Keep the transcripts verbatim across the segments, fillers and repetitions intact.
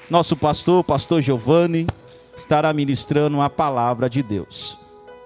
Nosso pastor, o pastor Giovanni, estará ministrando a palavra de Deus.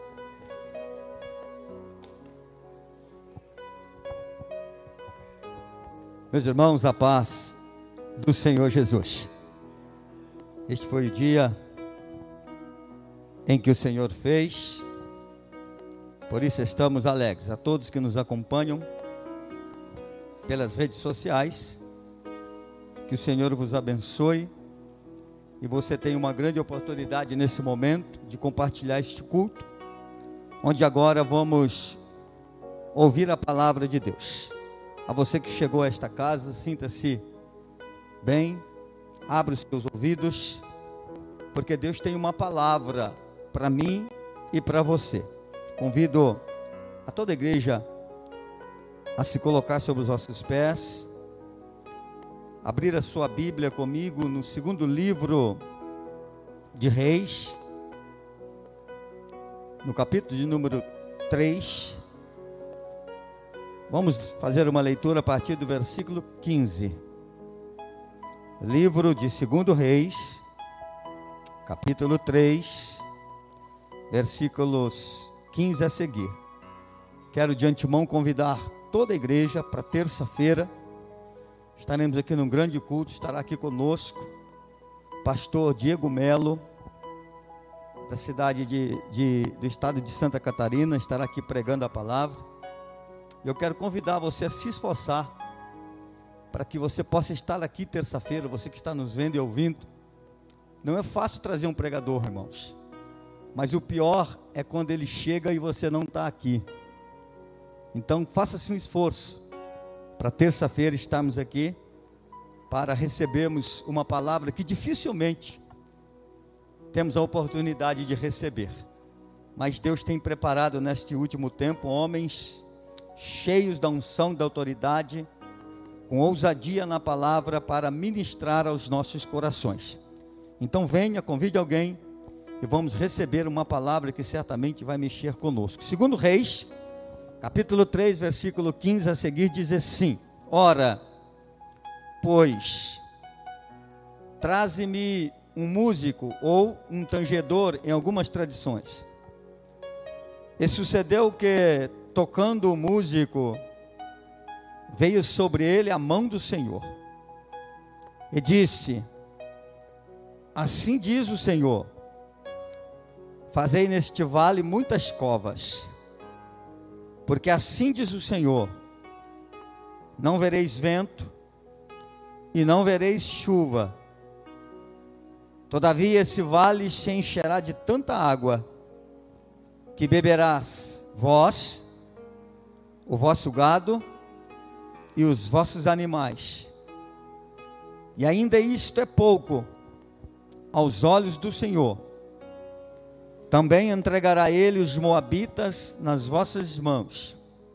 Meus irmãos, a paz do Senhor Jesus. Este foi o dia em que o Senhor fez, por isso estamos alegres. A todos que nos acompanham pelas redes sociais, que o Senhor vos abençoe, e você tem uma grande oportunidade nesse momento de compartilhar este culto, onde agora vamos ouvir a palavra de Deus. A você que chegou a esta casa, sinta-se bem, abra os seus ouvidos, porque Deus tem uma palavra para mim e para você. Convido a toda a igreja a se colocar sobre os nossos pés, abrir a sua Bíblia comigo no segundo livro de Reis, no capítulo de número três. Vamos fazer uma leitura a partir do versículo quinze. Livro de segundo Reis, capítulo três, versículos quinze a seguir. Quero de antemão convidar toda a igreja para terça-feira. Estaremos aqui num grande culto, estará aqui conosco pastor Diego Melo, da cidade de, de, do estado de Santa Catarina, estará aqui pregando a palavra. Eu quero convidar você a se esforçar para que você possa estar aqui terça-feira, você que está nos vendo e ouvindo. Não é fácil trazer um pregador, irmãos, mas o pior é quando ele chega e você não está aqui. Então faça-se um esforço para terça-feira estarmos aqui, para recebermos uma palavra que dificilmente temos a oportunidade de receber. Mas Deus tem preparado neste último tempo homens cheios da unção, da autoridade, com ousadia na palavra para ministrar aos nossos corações. Então venha, convide alguém e vamos receber uma palavra que certamente vai mexer conosco. Segundo Reis, capítulo três, versículo quinze a seguir, diz assim: Ora, pois, traze-me um músico ou um tangedor, em algumas tradições. E sucedeu que, tocando o músico, veio sobre ele a mão do Senhor, e disse: Assim diz o Senhor, fazei neste vale muitas covas, porque assim diz o Senhor, não vereis vento, e não vereis chuva, todavia esse vale se encherá de tanta água, que beberás vós, o vosso gado e os vossos animais. E ainda isto é pouco aos olhos do Senhor. Também entregará ele os moabitas nas vossas mãos,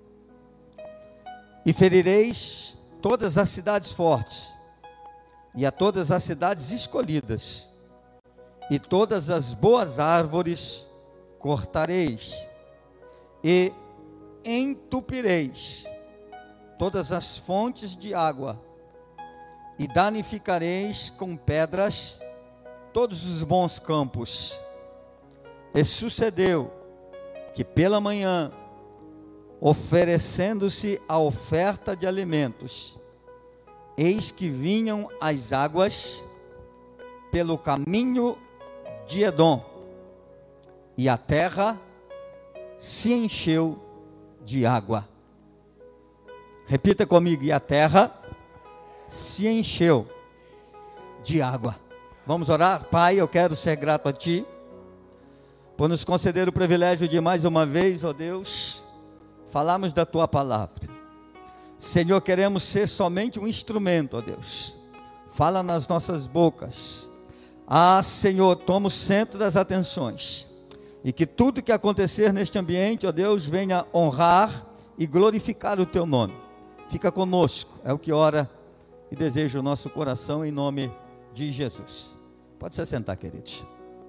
e ferireis todas as cidades fortes, e a todas as cidades escolhidas, e todas as boas árvores cortareis, e entupireis todas as fontes de água, e danificareis com pedras todos os bons campos. E sucedeu que pela manhã, oferecendo-se a oferta de alimentos, eis que vinham as águas pelo caminho de Edom, e a terra se encheu de água. Repita comigo: e a terra se encheu de água. Vamos orar? Pai, eu quero ser grato a Ti, por nos conceder o privilégio de mais uma vez, ó Deus, falarmos da Tua palavra. Senhor, queremos ser somente um instrumento, ó Deus. Fala nas nossas bocas. Ah, Senhor, toma o centro das atenções, e que tudo que acontecer neste ambiente, ó Deus, venha honrar e glorificar o Teu nome. Fica conosco, é o que ora e deseja o nosso coração, em nome de Jesus. Pode se sentar, queridos.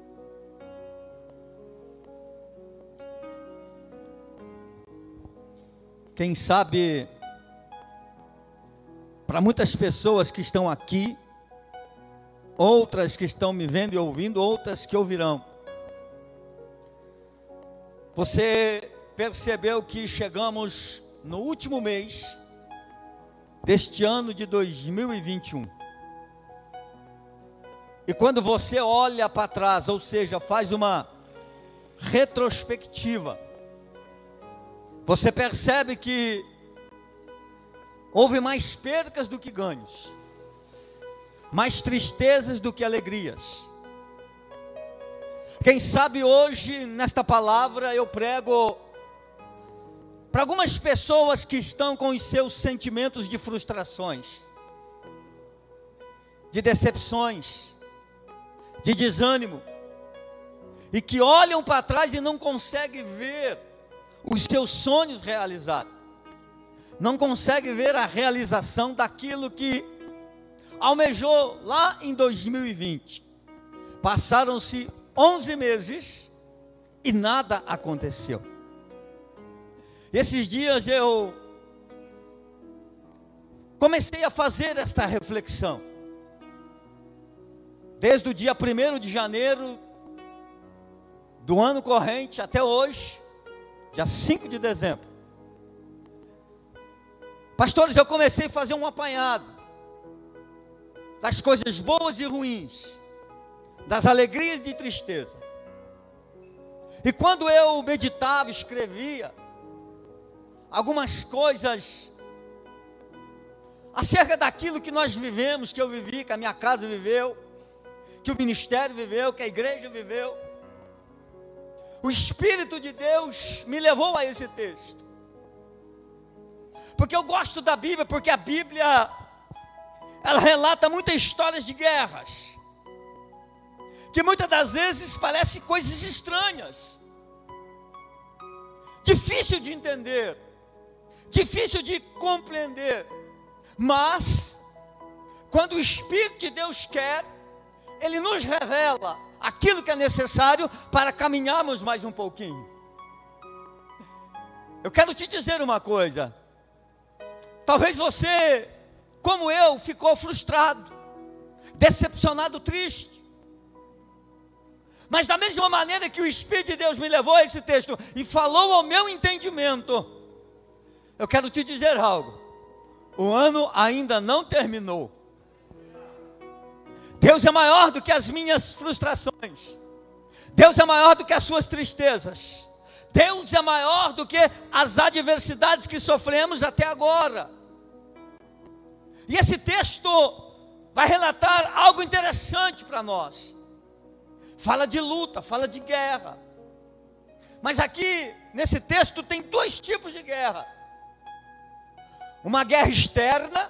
Quem sabe, para muitas pessoas que estão aqui, outras que estão me vendo e ouvindo, outras que ouvirão. Você percebeu que chegamos no último mês deste ano de dois mil e vinte e um. E quando você olha para trás, ou seja, faz uma retrospectiva, você percebe que houve mais percas do que ganhos, mais tristezas do que alegrias. Quem sabe hoje, nesta palavra, eu prego para algumas pessoas que estão com os seus sentimentos de frustrações, de decepções, de desânimo, e que olham para trás e não conseguem ver os seus sonhos realizados, não conseguem ver a realização daquilo que almejou lá em dois mil e vinte. Passaram-se onze meses e nada aconteceu. Esses dias eu comecei a fazer esta reflexão. Desde o dia primeiro de janeiro do ano corrente até hoje, dia cinco de dezembro. Pastores, eu comecei a fazer um apanhado das coisas boas e ruins, das alegrias e tristeza. E quando eu meditava, escrevia algumas coisas acerca daquilo que nós vivemos, que eu vivi, que a minha casa viveu, que o ministério viveu, que a igreja viveu, o Espírito de Deus me levou a esse texto. Porque eu gosto da Bíblia, porque a Bíblia, ela relata muitas histórias de guerras, que muitas das vezes parecem coisas estranhas, difícil de entender, difícil de compreender, mas quando o Espírito de Deus quer, Ele nos revela aquilo que é necessário para caminharmos mais um pouquinho. Eu quero te dizer uma coisa, talvez você, como eu, ficou frustrado, decepcionado, triste, mas da mesma maneira que o Espírito de Deus me levou a esse texto e falou ao meu entendimento, eu quero te dizer algo, o ano ainda não terminou. Deus é maior do que as minhas frustrações, Deus é maior do que as suas tristezas, Deus é maior do que as adversidades que sofremos até agora. E esse texto vai relatar algo interessante para nós. Fala de luta, fala de guerra. Mas aqui, nesse texto, tem dois tipos de guerra. Uma guerra externa,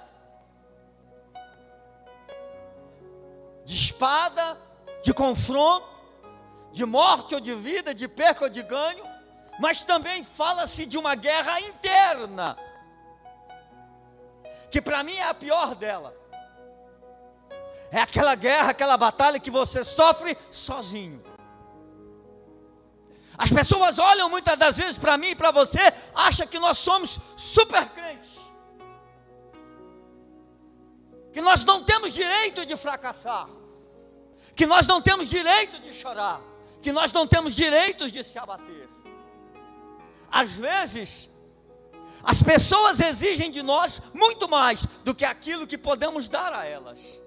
de espada, de confronto, de morte ou de vida, de perca ou de ganho. Mas também fala-se de uma guerra interna, que para mim é a pior dela. É aquela guerra, aquela batalha que você sofre sozinho. As pessoas olham muitas das vezes para mim e para você, acham que nós somos super crentes, que nós não temos direito de fracassar, que nós não temos direito de chorar, que nós não temos direito de se abater. Às vezes, as pessoas exigem de nós muito mais do que aquilo que podemos dar a elas.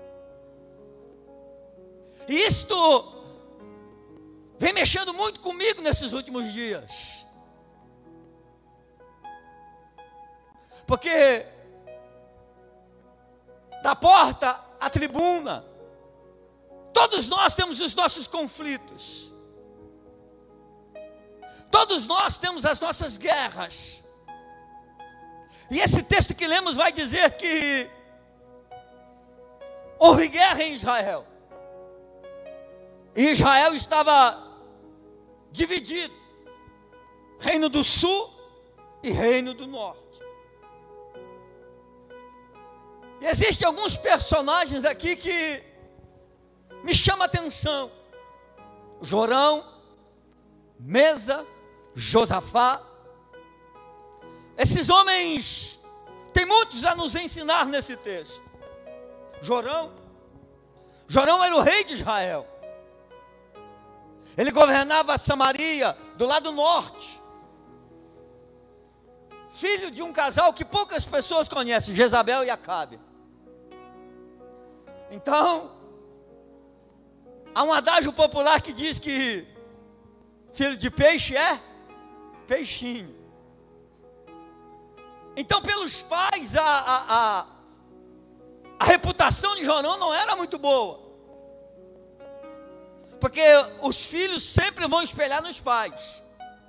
E isto vem mexendo muito comigo nesses últimos dias. Porque da porta à tribuna, todos nós temos os nossos conflitos. Todos nós temos as nossas guerras. E esse texto que lemos vai dizer que houve guerra em Israel. E Israel estava dividido, reino do sul e reino do norte. E existem alguns personagens aqui que me chamam a atenção. Jorão, Mesa, Josafá. Esses homens têm muitos a nos ensinar nesse texto. Jorão, Jorão era o rei de Israel. Ele governava Samaria, do lado norte. Filho de um casal que poucas pessoas conhecem, Jezabel e Acabe. Então, há um adágio popular que diz que filho de peixe é peixinho. Então, pelos pais, a, a, a, a reputação de Jorão não era muito boa. Porque os filhos sempre vão espelhar nos pais.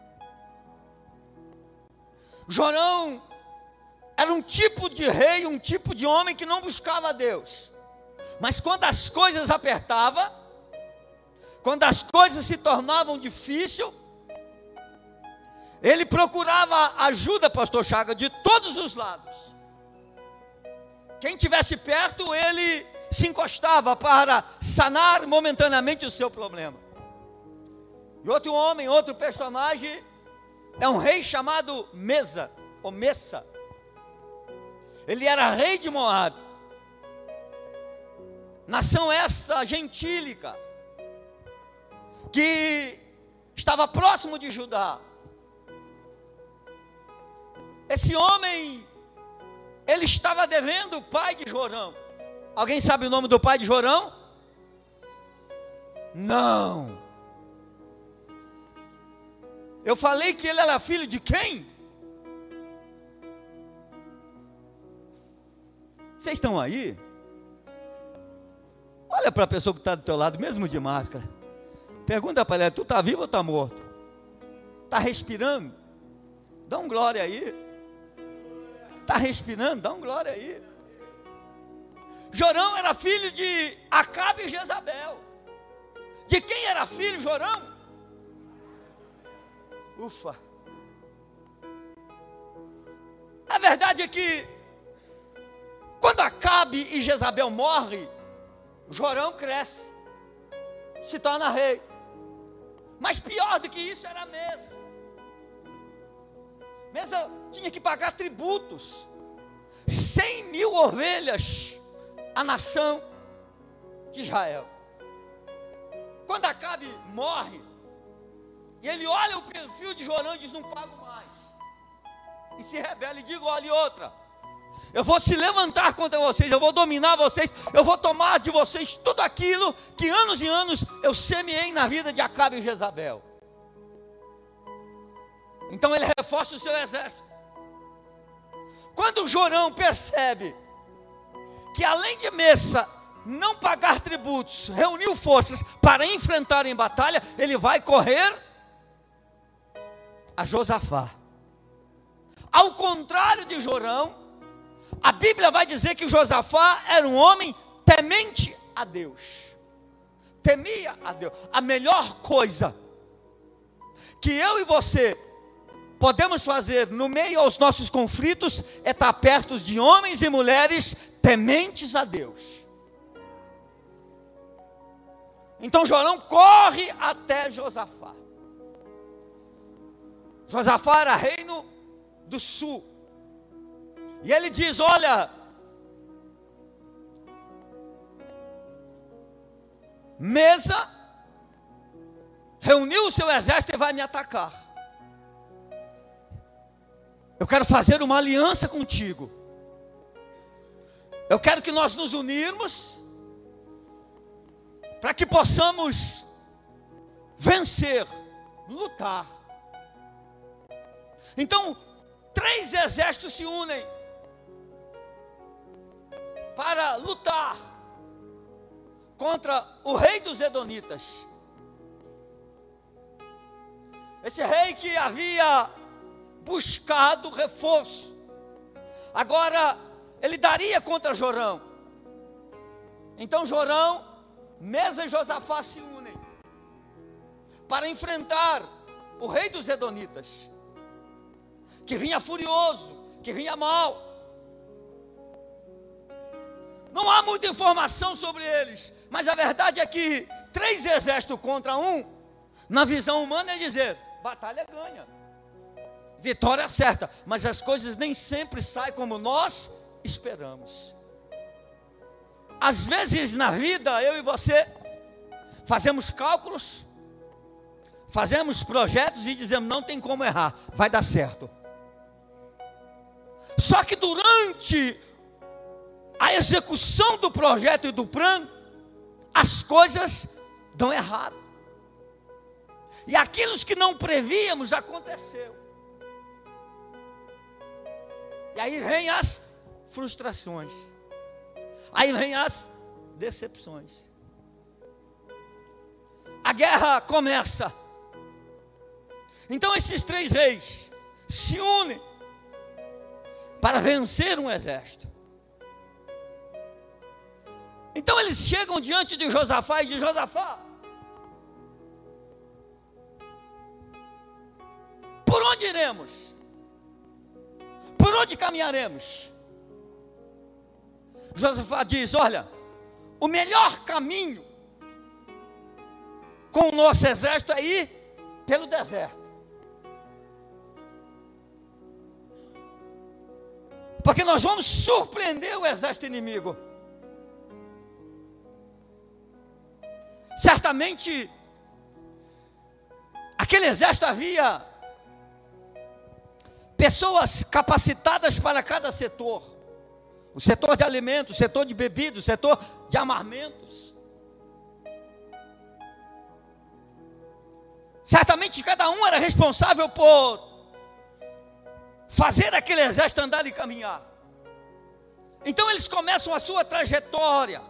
Jorão era um tipo de rei, um tipo de homem que não buscava Deus. Mas quando as coisas apertavam, quando as coisas se tornavam difíceis, ele procurava ajuda, pastor Chaga, de todos os lados. Quem estivesse perto, ele se encostava para sanar momentaneamente o seu problema. E outro homem, outro personagem, é um rei chamado Mesa, ou Messa. Ele era rei de Moabe. Nação essa gentílica, que estava próximo de Judá. Esse homem, ele estava devendo o pai de Jorão. Alguém sabe o nome do pai de Jorão? Não. Eu falei que ele era filho de quem? Vocês estão aí? Olha para a pessoa que está do teu lado, mesmo de máscara. Pergunta para ela, tu está vivo ou está morto? Está respirando? Dá um glória aí. Está respirando? Dá um glória aí. Jorão era filho de Acabe e Jezabel. De quem era filho Jorão? Ufa. A verdade é que quando Acabe e Jezabel morrem, Jorão cresce, se torna rei. Mas pior do que isso era Mesa. Mesa tinha que pagar tributos, cem mil ovelhas à nação de Israel. Quando Acabe morre, e ele olha o perfil de Jorão e diz, não pago mais. E se rebela e diz, olha outra, eu vou se levantar contra vocês, eu vou dominar vocês, eu vou tomar de vocês tudo aquilo que anos e anos eu semeei na vida de Acabe e Jezabel. Então ele reforça o seu exército. Quando Jorão percebe que além de Messa não pagar tributos, reuniu forças para enfrentar em batalha, ele vai correr a Josafá. Ao contrário de Jorão, a Bíblia vai dizer que Josafá era um homem temente a Deus. Temia a Deus. A melhor coisa que eu e você podemos fazer no meio aos nossos conflitos é estar perto de homens e mulheres tementes a Deus. Então Jorão corre até Josafá. Josafá era reino do sul. E ele diz, olha, Mesa reuniu o seu exército e vai me atacar. Eu quero fazer uma aliança contigo. Eu quero que nós nos unirmos para que possamos vencer, lutar. Então, três exércitos se unem para lutar contra o rei dos Edonitas. Esse rei que havia buscado reforço, agora ele daria contra Jorão. Então Jorão, Mesa e Josafá se unem para enfrentar o rei dos Edonitas, que vinha furioso, que vinha mal. Não há muita informação sobre eles, mas a verdade é que três exércitos contra um, na visão humana é dizer, batalha ganha, vitória certa, mas as coisas nem sempre saem como nós esperamos. Às vezes na vida, eu e você fazemos cálculos, fazemos projetos e dizemos, não tem como errar, vai dar certo. Só que durante a execução do projeto e do plano, as coisas dão errado. E aquilo que não prevíamos aconteceu. E aí vem as frustrações. Aí vem as decepções. A guerra começa. Então esses três reis se unem para vencer um exército. Então eles chegam diante de Josafá e dizem, Josafá, por onde iremos? Por onde caminharemos? Josafá diz, olha, o melhor caminho com o nosso exército é ir pelo deserto. Porque nós vamos surpreender o exército inimigo. Certamente, aquele exército havia pessoas capacitadas para cada setor. O setor de alimentos, o setor de bebidas, o setor de armamentos. Certamente cada um era responsável por fazer aquele exército andar e caminhar. Então eles começam a sua trajetória.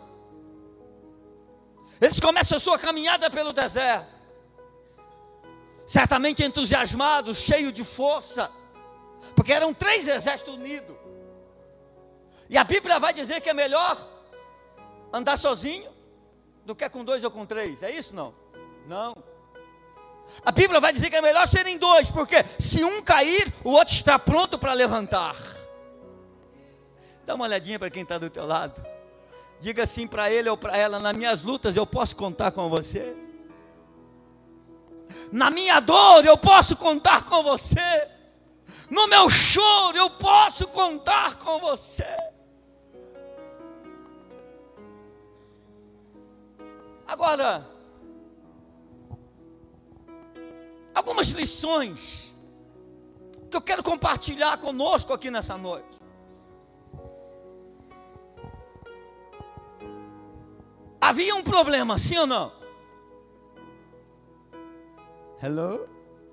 Eles começam a sua caminhada pelo deserto. Certamente entusiasmados, cheios de força. Porque eram três exércitos unidos. E a Bíblia vai dizer que é melhor andar sozinho do que com dois ou com três. É isso não? Não. A Bíblia vai dizer que é melhor serem dois, porque se um cair, o outro está pronto para levantar. Dá uma olhadinha para quem está do teu lado. Diga assim para ele ou para ela, nas minhas lutas eu posso contar com você. Na minha dor eu posso contar com você. No meu choro eu posso contar com você. Agora, algumas lições que eu quero compartilhar conosco aqui nessa noite. Havia um problema, sim ou não? Hello?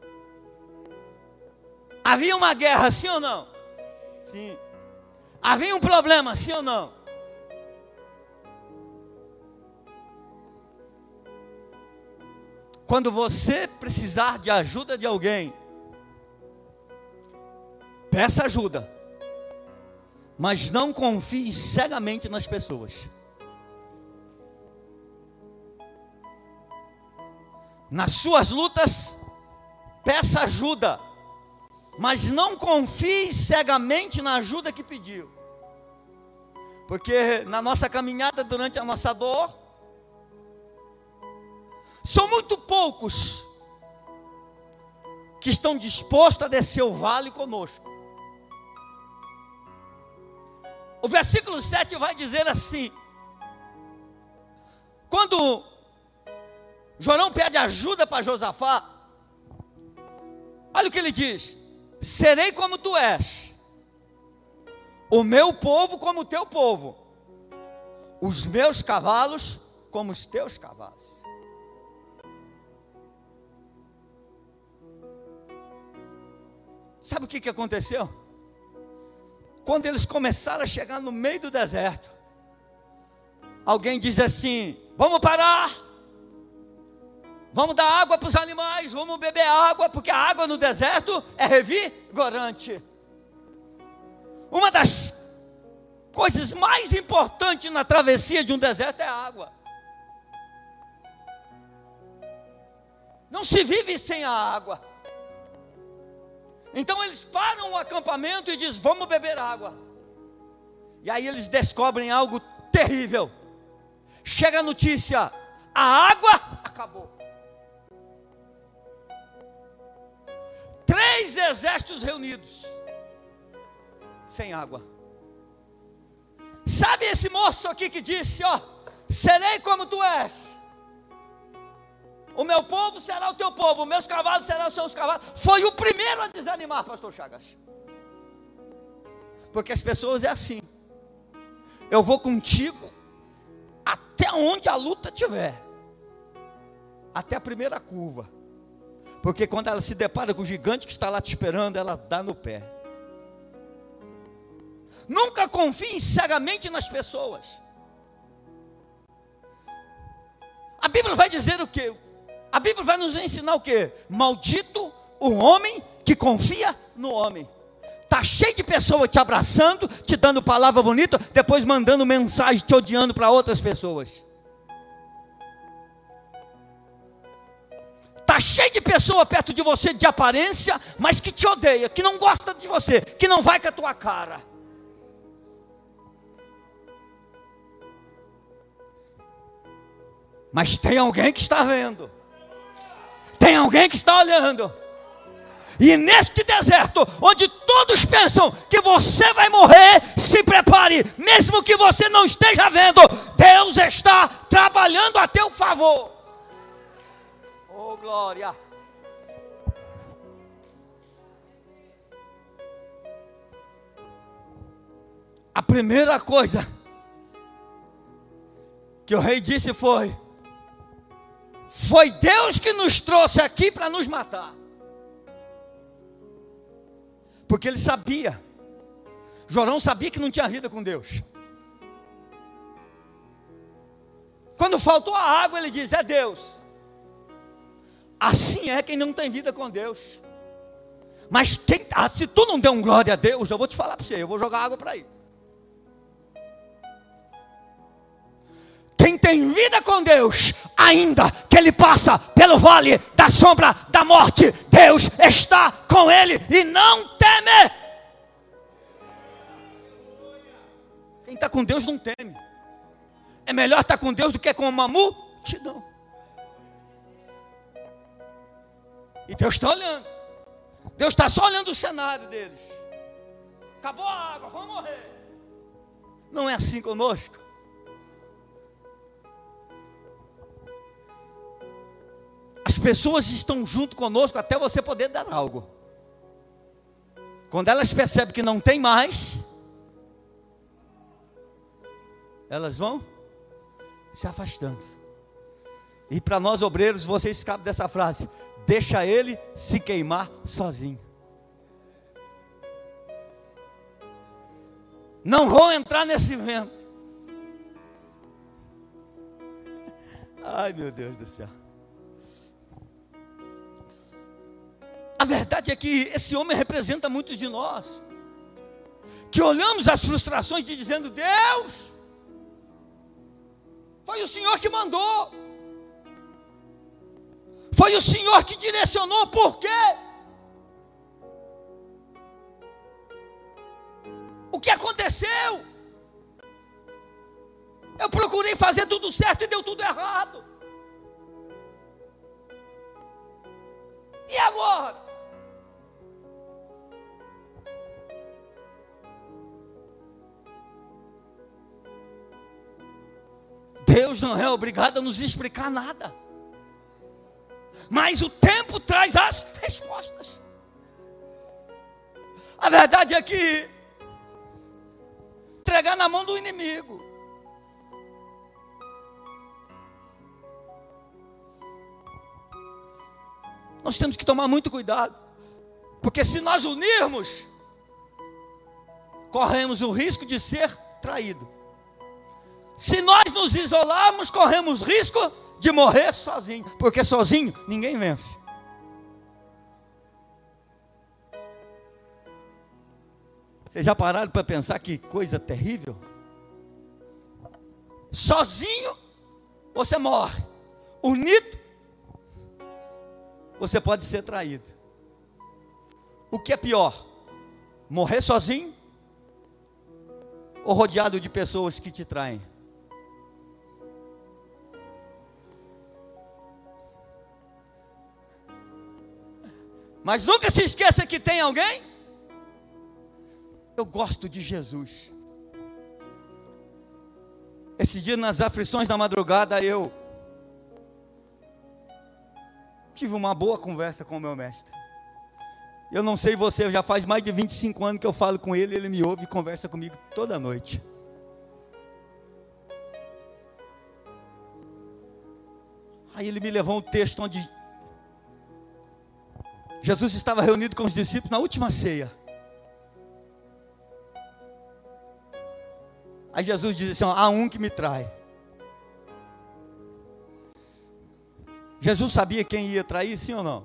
Havia uma guerra, sim ou não? Sim. Havia um problema, sim ou não? Quando você precisar de ajuda de alguém, peça ajuda, mas não confie cegamente nas pessoas. Nas suas lutas, peça ajuda, mas não confie cegamente na ajuda que pediu. Porque na nossa caminhada, durante a nossa dor, são muito poucos que estão dispostos a descer o vale conosco. O versículo sete vai dizer assim: quando Jorão pede ajuda para Josafá, olha o que ele diz: serei como tu és, o meu povo como o teu povo, os meus cavalos como os teus cavalos. Sabe o que, que aconteceu? Quando eles começaram a chegar no meio do deserto, alguém diz assim: vamos parar, vamos dar água para os animais, vamos beber água, porque a água no deserto é revigorante. Uma das coisas mais importantes na travessia de um deserto é a água. Não se vive sem a água. Então eles param o acampamento e dizem: vamos beber água. E aí eles descobrem algo terrível. Chega a notícia: a água acabou. Três exércitos reunidos, sem água. Sabe esse moço aqui que disse, ó, serei como tu és, o meu povo será o teu povo, os meus cavalos serão os seus cavalos. Foi o primeiro a desanimar, pastor Chagas. Porque as pessoas é assim, eu vou contigo até onde a luta tiver, até a primeira curva. Porque quando ela se depara com o gigante que está lá te esperando, ela dá no pé. Nunca confie cegamente nas pessoas. A Bíblia vai dizer o quê? A Bíblia vai nos ensinar o quê? Maldito o homem que confia no homem. Está cheio de pessoas te abraçando, te dando palavra bonita, depois mandando mensagem te odiando para outras pessoas. Está cheio de pessoas perto de você de aparência, mas que te odeia, que não gosta de você, que não vai com a tua cara. Mas tem alguém que está vendo, tem alguém que está olhando. E neste deserto, onde todos pensam que você vai morrer, se prepare, mesmo que você não esteja vendo, Deus está trabalhando a teu favor. Oh, glória! A primeira coisa que o rei disse foi: foi Deus que nos trouxe aqui para nos matar. Porque ele sabia, Jorão sabia que não tinha vida com Deus. Quando faltou a água, ele diz: é Deus. Assim é quem não tem vida com Deus. Mas quem, ah, se tu não der um glória a Deus, eu vou te falar para você, eu vou jogar água para aí. Quem tem vida com Deus, ainda que ele passa pelo vale da sombra da morte, Deus está com ele e não teme. Quem está com Deus não teme. É melhor estar com Deus do que com uma multidão. E Deus está olhando. Deus está só olhando o cenário deles. Acabou a água, vamos morrer. Não é assim conosco. As pessoas estão junto conosco até você poder dar algo. Quando elas percebem que não tem mais, elas vão se afastando. E para nós obreiros, vocês escapam dessa frase: deixa ele se queimar sozinho. Não vou entrar nesse vento. Ai, meu Deus do céu. A verdade é que esse homem representa muitos de nós, que olhamos as frustrações de dizendo: Deus, foi o Senhor que mandou, foi o Senhor que direcionou, por quê? O que aconteceu? Eu procurei fazer tudo certo e deu tudo errado. E agora? Deus não é obrigado a nos explicar nada, mas o tempo traz as respostas. A verdade é que entregar na mão do inimigo. Nós temos que tomar muito cuidado, porque se nós unirmos, corremos o risco de ser traído. Se nós nos isolarmos, corremos risco de morrer sozinho, porque sozinho ninguém vence. Vocês já pararam para pensar que coisa terrível? Sozinho você morre, unido você pode ser traído. O que é pior? Morrer sozinho ou rodeado de pessoas que te traem? Mas nunca se esqueça que tem alguém. Eu gosto de Jesus. Esse dia, nas aflições da madrugada, eu tive uma boa conversa com o meu mestre. Eu não sei você, já faz mais de vinte e cinco anos que eu falo com ele, ele me ouve e conversa comigo toda noite. Aí ele me levou um texto onde Jesus estava reunido com os discípulos na última ceia. Aí Jesus diz assim: ó, há um que me trai. Jesus sabia quem ia trair, sim ou não?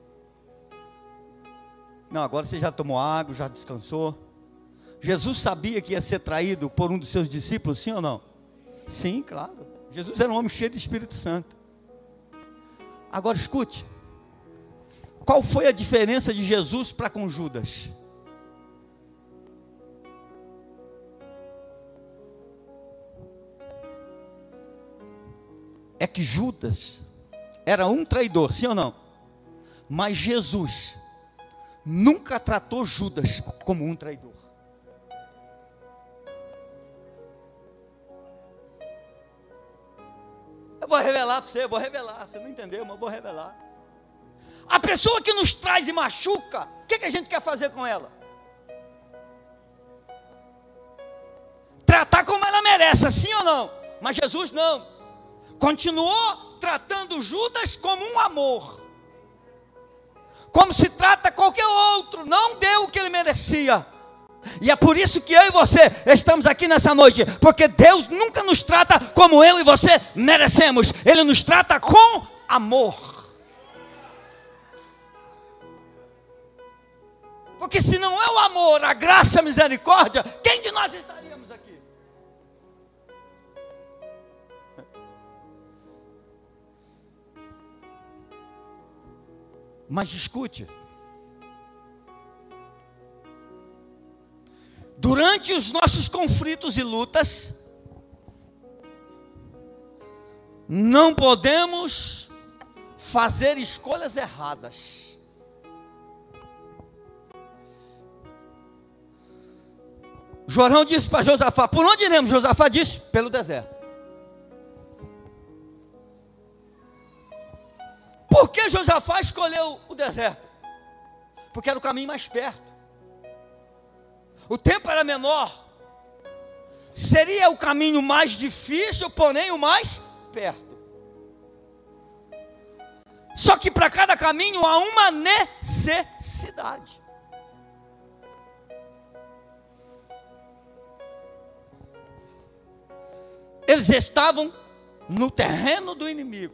Não, agora você já tomou água, já descansou. Jesus sabia que ia ser traído por um dos seus discípulos, sim ou não? Sim, claro. Jesus era um homem cheio de Espírito Santo. Agora escute. Qual foi a diferença de Jesus para com Judas? É que Judas era um traidor, sim ou não? Mas Jesus nunca tratou Judas como um traidor. Eu vou revelar para você, eu vou revelar, você não entendeu, mas eu vou revelar. A pessoa que nos traz e machuca, o que, que a gente quer fazer com ela? Tratar como ela merece, sim ou não? Mas Jesus não. Continuou tratando Judas como um amor. Como se trata qualquer outro. Não deu o que ele merecia. E é por isso que eu e você estamos aqui nessa noite. Porque Deus nunca nos trata como eu e você merecemos. Ele nos trata com amor. Porque se não é o amor, a graça, a misericórdia, quem de nós estaríamos aqui? Mas escute. Durante os nossos conflitos e lutas, não podemos fazer escolhas erradas. Jorão disse para Josafá: por onde iremos? Josafá disse: pelo deserto. Por que Josafá escolheu o deserto? Porque era o caminho mais perto. O tempo era menor. Seria o caminho mais difícil, porém o mais perto. Só que para cada caminho há uma necessidade. Eles estavam no terreno do inimigo,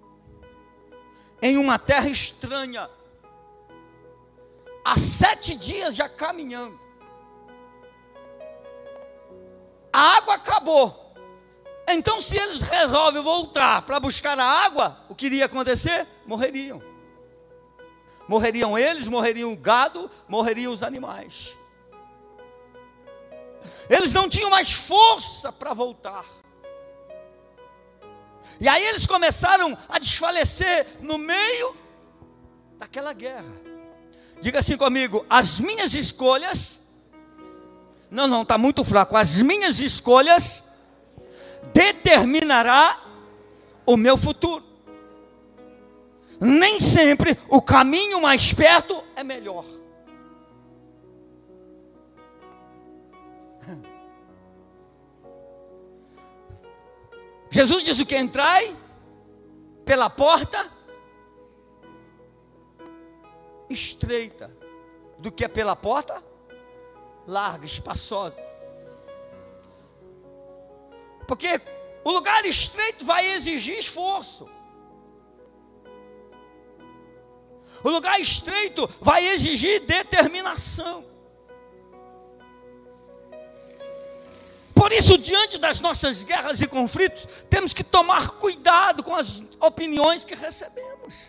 em uma terra estranha, há sete dias já caminhando. A água acabou. Então, se eles resolvem voltar para buscar a água, o que iria acontecer? Morreriam. Morreriam eles, morreriam o gado, morreriam os animais. Eles não tinham mais força para voltar. E aí eles começaram a desfalecer no meio daquela guerra. Diga assim comigo: as minhas escolhas, não, não, está muito fraco, as minhas escolhas determinará o meu futuro. Nem sempre o caminho mais perto é melhor. Jesus diz o que? Entrai pela porta estreita, do que é pela porta larga, espaçosa. Porque o lugar estreito vai exigir esforço. O lugar estreito vai exigir determinação. Por isso, diante das nossas guerras e conflitos, temos que tomar cuidado com as opiniões que recebemos.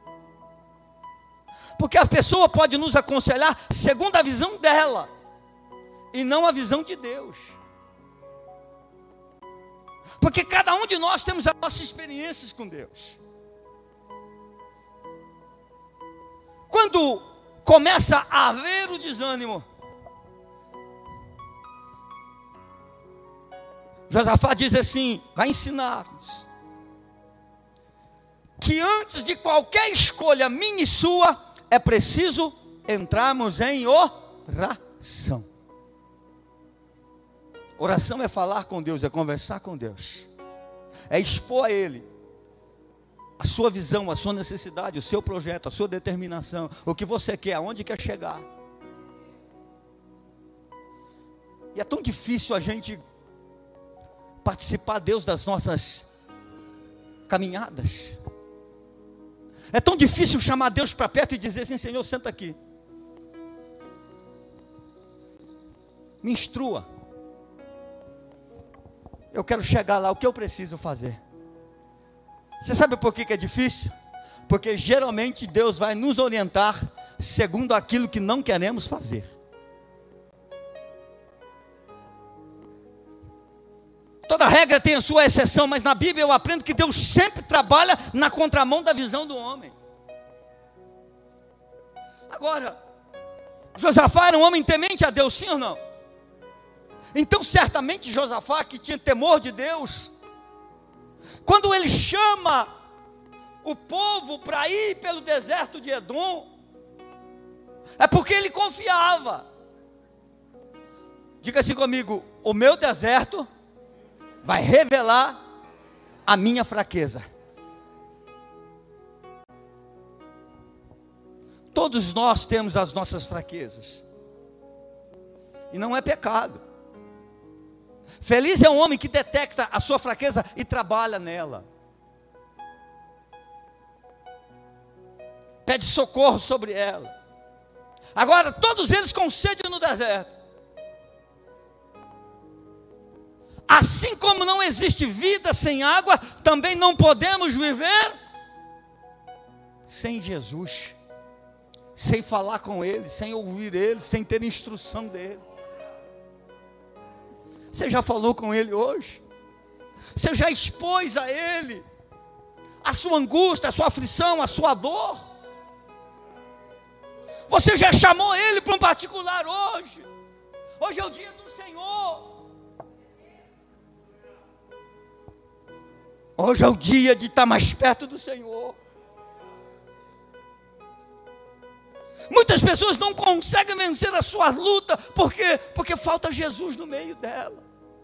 Porque a pessoa pode nos aconselhar segundo a visão dela, e não a visão de Deus. Porque cada um de nós temos as nossas experiências com Deus. Quando começa a haver o desânimo, Josafá diz assim, vai ensinar-nos, que antes de qualquer escolha minha e sua, é preciso entrarmos em oração. Oração é falar com Deus, é conversar com Deus, é expor a Ele a sua visão, a sua necessidade, o seu projeto, a sua determinação, o que você quer, aonde quer chegar. E é tão difícil a gente participar, Deus, das nossas caminhadas. É tão difícil chamar Deus para perto e dizer assim, Senhor, senta aqui, me instrua, eu quero chegar lá, o que eu preciso fazer? Você sabe por que que é difícil? Porque geralmente Deus vai nos orientar segundo aquilo que não queremos fazer. Toda regra tem a sua exceção, mas na Bíblia eu aprendo que Deus sempre trabalha na contramão da visão do homem. Agora, Josafá era um homem temente a Deus, sim ou não? Então certamente Josafá, que tinha temor de Deus, quando ele chama o povo para ir pelo deserto de Edom, é porque ele confiava. Diga assim comigo, o meu deserto vai revelar a minha fraqueza. Todos nós temos as nossas fraquezas, e não é pecado. Feliz é um homem que detecta a sua fraqueza e trabalha nela, pede socorro sobre ela. Agora, todos eles com sede no deserto. Assim como não existe vida sem água, também não podemos viver sem Jesus, sem falar com Ele, sem ouvir Ele, sem ter instrução dEle. Você já falou com Ele hoje? Você já expôs a Ele a sua angústia, a sua aflição, a sua dor? Você já chamou Ele para um particular hoje? Hoje é o dia do Senhor. Hoje é o dia de estar mais perto do Senhor. Muitas pessoas não conseguem vencer a sua luta, porque, porque falta Jesus no meio dela.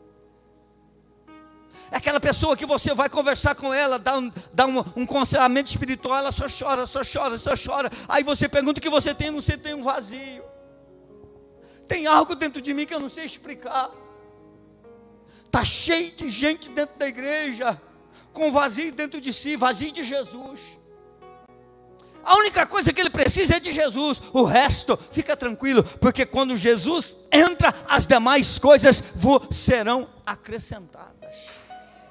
É aquela pessoa que você vai conversar com ela, dá um, dá um, um aconselhamento espiritual, ela só chora, só chora, só chora. Aí você pergunta o que você tem, você tem um vazio. Tem algo dentro de mim que eu não sei explicar. Está cheio de gente dentro da igreja, com vazio dentro de si, vazio de Jesus. A única coisa que ele precisa é de Jesus, o resto, fica tranquilo, porque quando Jesus entra, as demais coisas vos serão acrescentadas.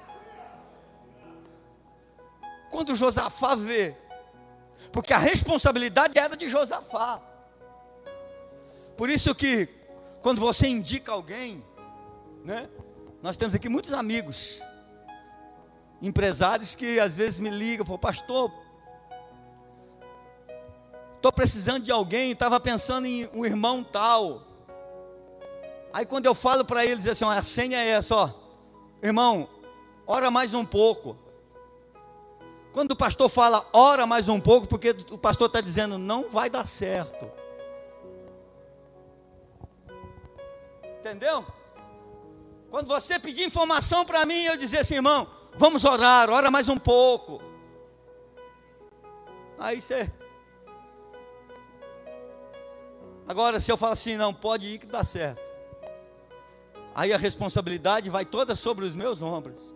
Quando Josafá vê, porque a responsabilidade era de Josafá, por isso que, quando você indica alguém, né, nós temos aqui muitos amigos, empresários que às vezes me ligam, falam, pastor, estou precisando de alguém, estava pensando em um irmão tal. Aí quando eu falo para eles assim, ó, a senha é essa, ó, irmão, ora mais um pouco. Quando o pastor fala, ora mais um pouco, porque o pastor está dizendo, não vai dar certo. Entendeu? Quando você pedir informação para mim, eu dizer assim, irmão, vamos orar, ora mais um pouco. Aí você... Agora, se eu falo assim, não, pode ir que dá certo. Aí a responsabilidade vai toda sobre os meus ombros.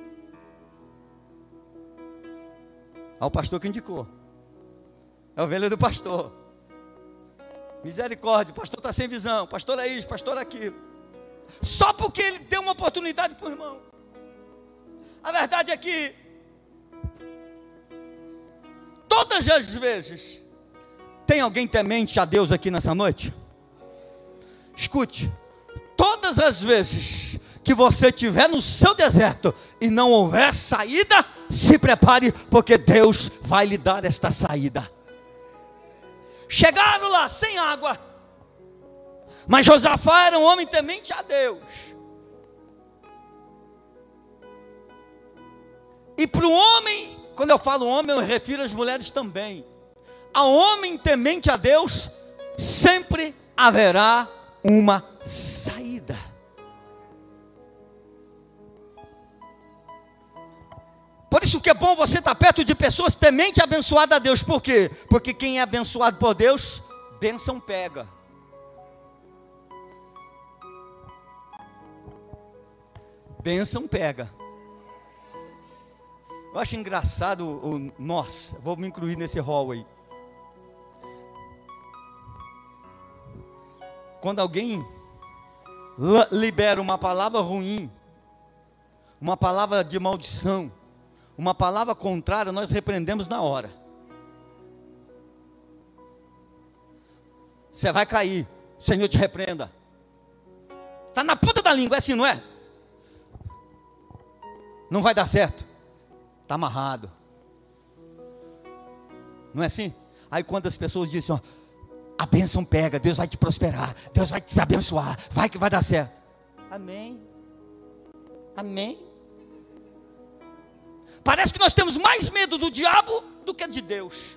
É o pastor que indicou. É a ovelha do pastor. Misericórdia, o pastor está sem visão, pastor é isso, pastor é aquilo. Só porque ele deu uma oportunidade para o irmão. A verdade é que todas as vezes, tem alguém temente a Deus aqui nessa noite? Escute, todas as vezes que você estiver no seu deserto e não houver saída, se prepare, porque Deus vai lhe dar esta saída. Chegaram lá sem água, mas Josafá era um homem temente a Deus. E para o homem, quando eu falo homem, eu me refiro às mulheres também. A homem temente a Deus, sempre haverá uma saída. Por isso que é bom você estar perto de pessoas temente abençoadas a Deus. Por quê? Porque quem é abençoado por Deus, bênção pega. Bênção pega. Eu acho engraçado o nós, vou me incluir nesse hall aí. Quando alguém libera uma palavra ruim, uma palavra de maldição, uma palavra contrária, nós repreendemos na hora. Você vai cair, o Senhor te repreenda. Está na ponta da língua, é assim, não é? Não vai dar certo. Está amarrado. Não é assim? Aí quando as pessoas dizem, ó, a bênção pega, Deus vai te prosperar, Deus vai te abençoar, vai que vai dar certo. Amém. Amém. Parece que nós temos mais medo do diabo do que de Deus.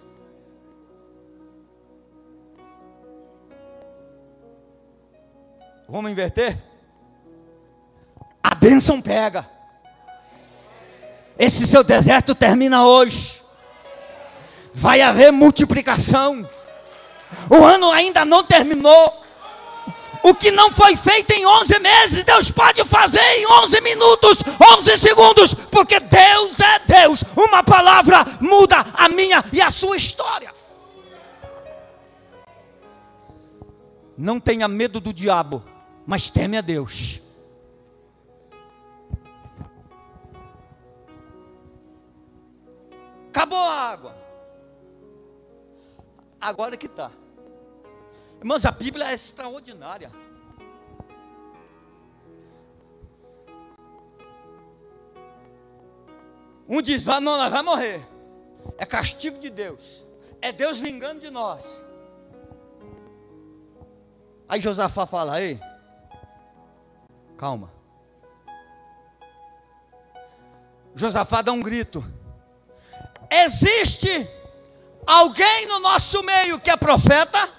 Vamos inverter? A bênção pega. Esse seu deserto termina hoje. Vai haver multiplicação. O ano ainda não terminou. O que não foi feito em onze meses, Deus pode fazer em onze minutos, onze segundos, porque Deus é Deus. Uma palavra muda a minha e a sua história. Não tenha medo do diabo, mas teme a Deus. Acabou a água. Agora que está. Irmãos, a Bíblia é extraordinária. Um diz, ah, não, nós vamos morrer. É castigo de Deus. É Deus vingando de nós. Aí Josafá fala, ei, calma. Josafá dá um grito. Existe alguém no nosso meio que é profeta?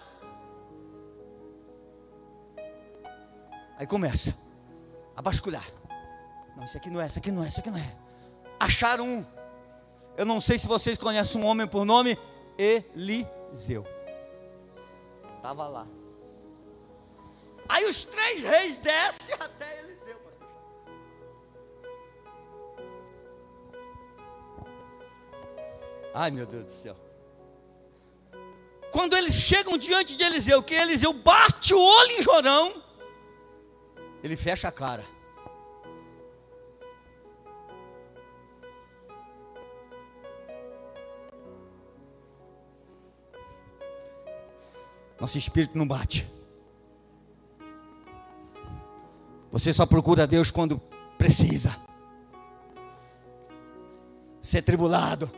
Aí começa a basculhar. Não, isso aqui não é, isso aqui não é, isso aqui não é. Acharam um. Eu não sei se vocês conhecem um homem por nome Eliseu. Estava lá. Aí os três reis descem até Eliseu. Ai, meu Deus do céu. Quando eles chegam diante de Eliseu, que Eliseu bate o olho em Jorão, ele fecha a cara. Nosso espírito não bate. Você só procura Deus quando precisa. Ser tribulado.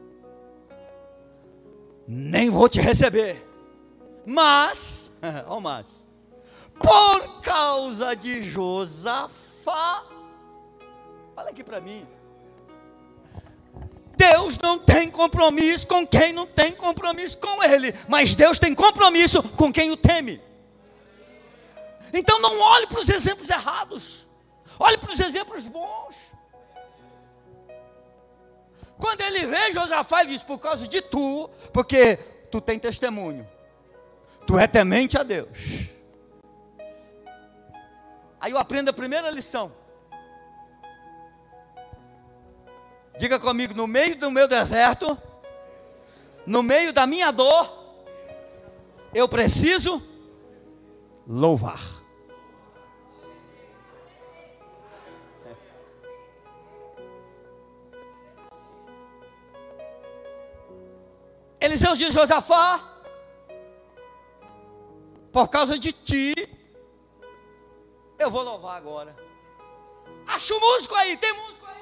Nem vou te receber. Mas, ó oh, mas, por causa de Josafá, olha aqui para mim. Deus não tem compromisso com quem não tem compromisso com Ele, mas Deus tem compromisso com quem o teme. Então não olhe para os exemplos errados, olhe para os exemplos bons. Quando ele vê Josafá, ele diz, por causa de tu, porque tu tem testemunho, tu é temente a Deus. Aí eu aprendo a primeira lição. Diga comigo, no meio do meu deserto, no meio da minha dor, eu preciso louvar. Eliseu diz, Josafá, por causa de ti, eu vou louvar agora. Acha o músico aí, tem músico aí.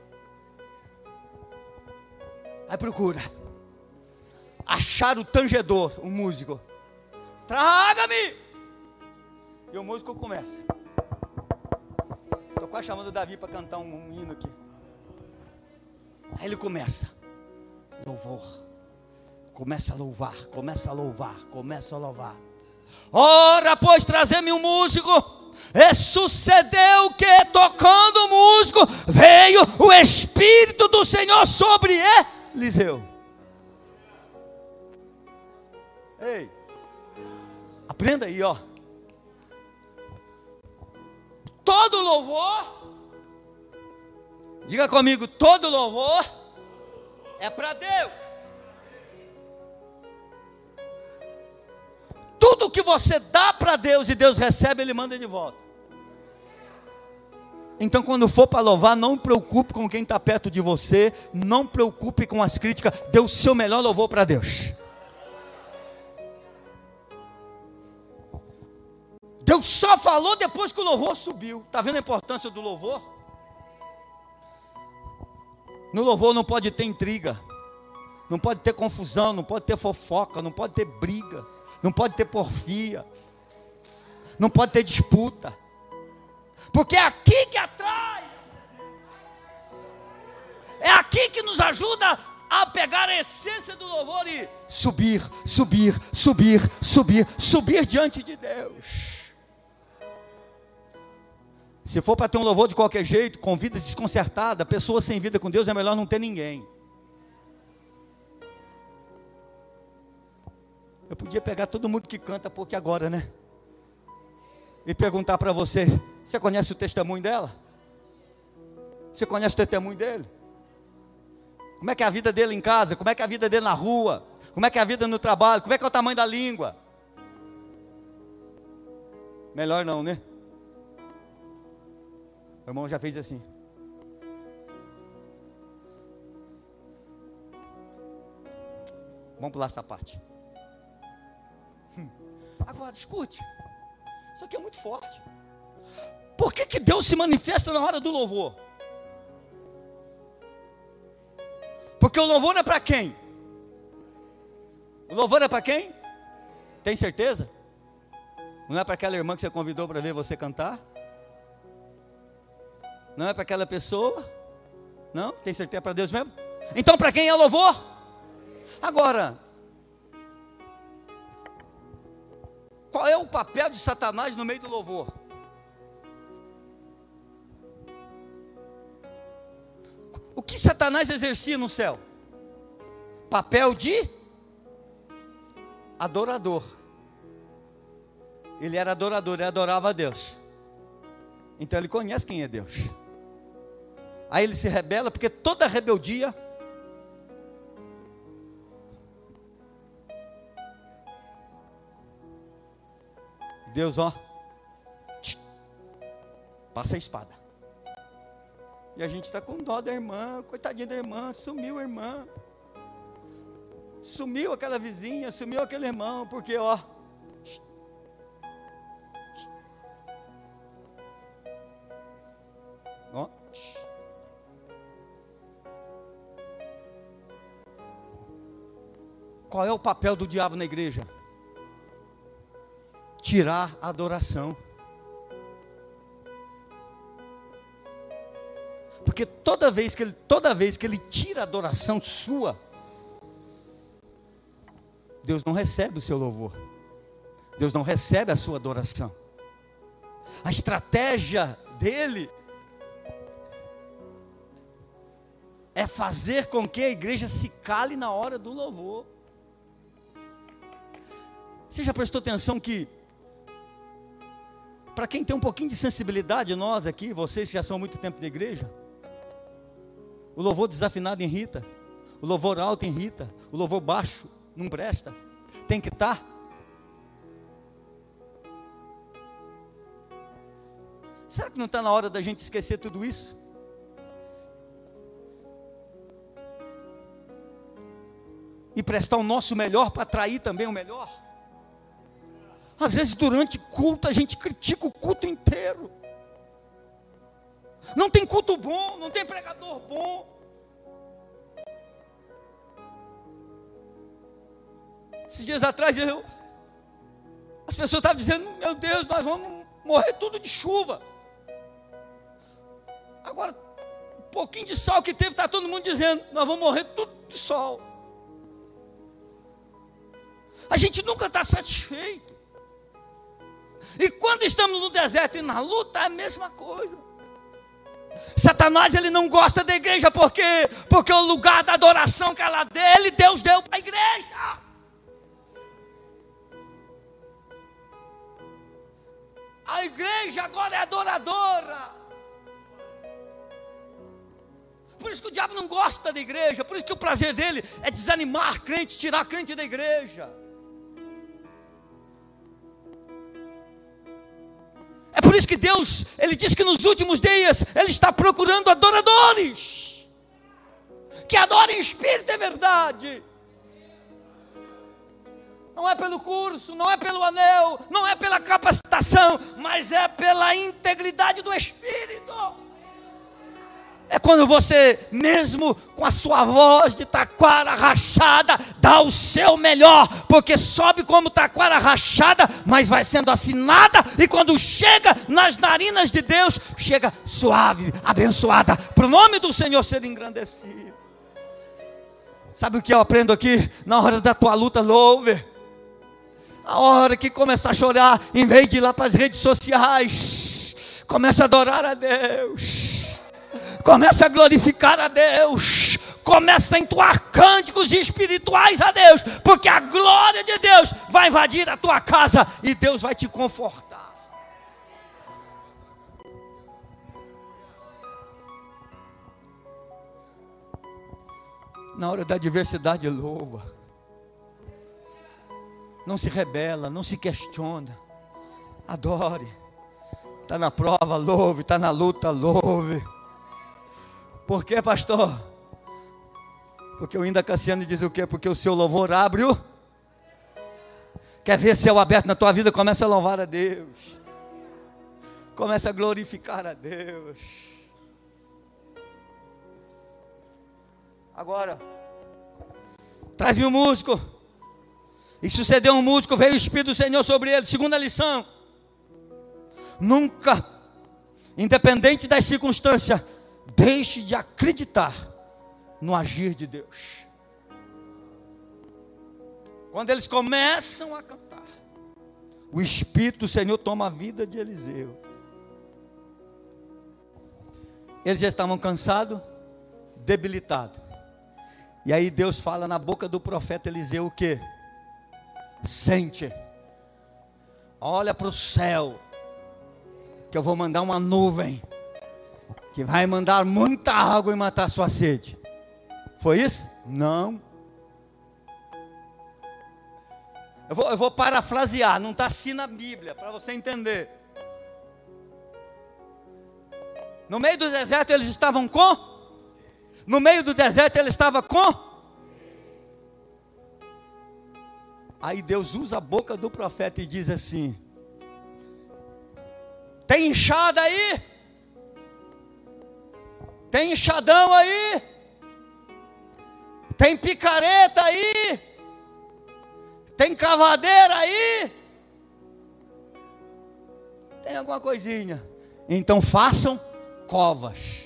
Aí procura. Achar o tangedor, o músico. Traga-me. E o músico começa. Estou quase chamando o Davi para cantar um, um hino aqui. Aí ele começa, louvor, começa a louvar, começa a louvar, começa a louvar. Ora, pois, trazer-me um músico. E sucedeu que, tocando o músico, veio o Espírito do Senhor sobre Eliseu. Ei, aprenda aí, ó. Todo louvor, diga comigo, todo louvor é para Deus. Tudo que você dá para Deus e Deus recebe, Ele manda de volta. Então, quando for para louvar, não preocupe com quem está perto de você, não preocupe com as críticas, dê o seu melhor louvor para Deus. Deus só falou depois que o louvor subiu. Está vendo a importância do louvor? No louvor não pode ter intriga, não pode ter confusão, não pode ter fofoca, não pode ter briga, não pode ter porfia, não pode ter disputa, porque é aqui que atrai, é aqui que nos ajuda a pegar a essência do louvor e subir, subir, subir, subir, subir diante de Deus. Se for para ter um louvor de qualquer jeito, com vida desconcertada, pessoa sem vida com Deus, é melhor não ter ninguém. Eu podia pegar todo mundo que canta porque agora, né? E perguntar para você, você conhece o testemunho dela? Você conhece o testemunho dele? Como é que é a vida dele em casa? Como é que é a vida dele na rua? Como é que é a vida no trabalho? Como é que é o tamanho da língua? Melhor não, né? O irmão já fez assim. Vamos pular essa parte. Hum. Agora, escute. Isso aqui é muito forte. Por que que Deus se manifesta na hora do louvor? Porque o louvor é para quem? O louvor é para quem? Tem certeza? Não é para aquela irmã que você convidou para ver você cantar? Não é para aquela pessoa? Não? Tem certeza? É para Deus mesmo? Então para quem é o louvor? Agora, qual é o papel de Satanás no meio do louvor? O que Satanás exercia no céu? Papel de adorador. Ele era adorador, ele adorava a Deus. Então ele conhece quem é Deus. Aí ele se rebela, porque toda rebeldia Deus, ó, tch, passa a espada. E a gente está com dó da irmã, coitadinha da irmã, sumiu a irmã, sumiu aquela vizinha, sumiu aquele irmão, porque ó, tch, tch, ó, tch. Qual é o papel do diabo na igreja? Tirar a adoração. Porque toda vez que ele, toda vez que ele tira a adoração sua, Deus não recebe o seu louvor. Deus não recebe a sua adoração. A estratégia dele é fazer com que a igreja se cale na hora do louvor. Você já prestou atenção que, para quem tem um pouquinho de sensibilidade, nós aqui, vocês que já são há muito tempo na igreja, o louvor desafinado irrita, o louvor alto irrita, o louvor baixo não presta, tem que estar. Será que não está na hora da gente esquecer tudo isso? E prestar o nosso melhor para atrair também o melhor? Às vezes durante culto a gente critica o culto inteiro. Não tem culto bom, não tem pregador bom. Esses dias atrás eu, as pessoas estavam dizendo, meu Deus, nós vamos morrer tudo de chuva. Agora, pouquinho de sol que teve, está todo mundo dizendo, nós vamos morrer tudo de sol. A gente nunca está satisfeito. E quando estamos no deserto e na luta, é a mesma coisa. Satanás, ele não gosta da igreja, por quê? Porque o lugar da adoração que ela dele, Deus deu para a igreja. A igreja agora é adoradora. Por isso que o diabo não gosta da igreja. Por isso que o prazer dele é desanimar crente, tirar crente da igreja. É por isso que Deus, Ele diz que nos últimos dias Ele está procurando adoradores que adorem espírito e verdade. Não é pelo curso, não é pelo anel, não é pela capacitação, mas é pela integridade do espírito. É quando você, mesmo com a sua voz de taquara rachada, dá o seu melhor, porque sobe como taquara rachada, mas vai sendo afinada, e quando chega nas narinas de Deus, chega suave, abençoada, para o nome do Senhor ser engrandecido. Sabe o que eu aprendo aqui? Na hora da tua luta, louve. A hora que começar a chorar, em vez de ir lá para as redes sociais, começa a adorar a Deus, começa a glorificar a Deus, começa a entoar cânticos espirituais a Deus, porque a glória de Deus vai invadir a tua casa e Deus vai te confortar. Na hora da adversidade, louva. Não se rebela, não se questiona. Adore. Está na prova, louve. Está na luta, louve. Por quê, pastor? Porque o Inda Cassiano diz o quê? Porque o seu louvor abre o... Quer ver céu aberto na tua vida? Começa a louvar a Deus. Começa a glorificar a Deus. Agora, traz-me um músico. E sucedeu um músico, veio o Espírito do Senhor sobre ele. Segunda lição: nunca, independente das circunstâncias, deixe de acreditar no agir de Deus. Quando eles começam a cantar, o Espírito do Senhor toma a vida de Eliseu. Eles já estavam cansados, debilitados. E aí Deus fala na boca do profeta Eliseu o quê? Sente, olha para o céu, que eu vou mandar uma nuvem, que vai mandar muita água e matar a sua sede. Foi isso? Não. Eu vou, eu vou parafrasear, não está assim na Bíblia, para você entender. No meio do deserto eles estavam com? No meio do deserto ele estava com? Aí Deus usa a boca do profeta e diz assim: tem enxada aí? Tem enxadão aí? Tem picareta aí? Tem cavadeira aí? Tem alguma coisinha? Então façam covas.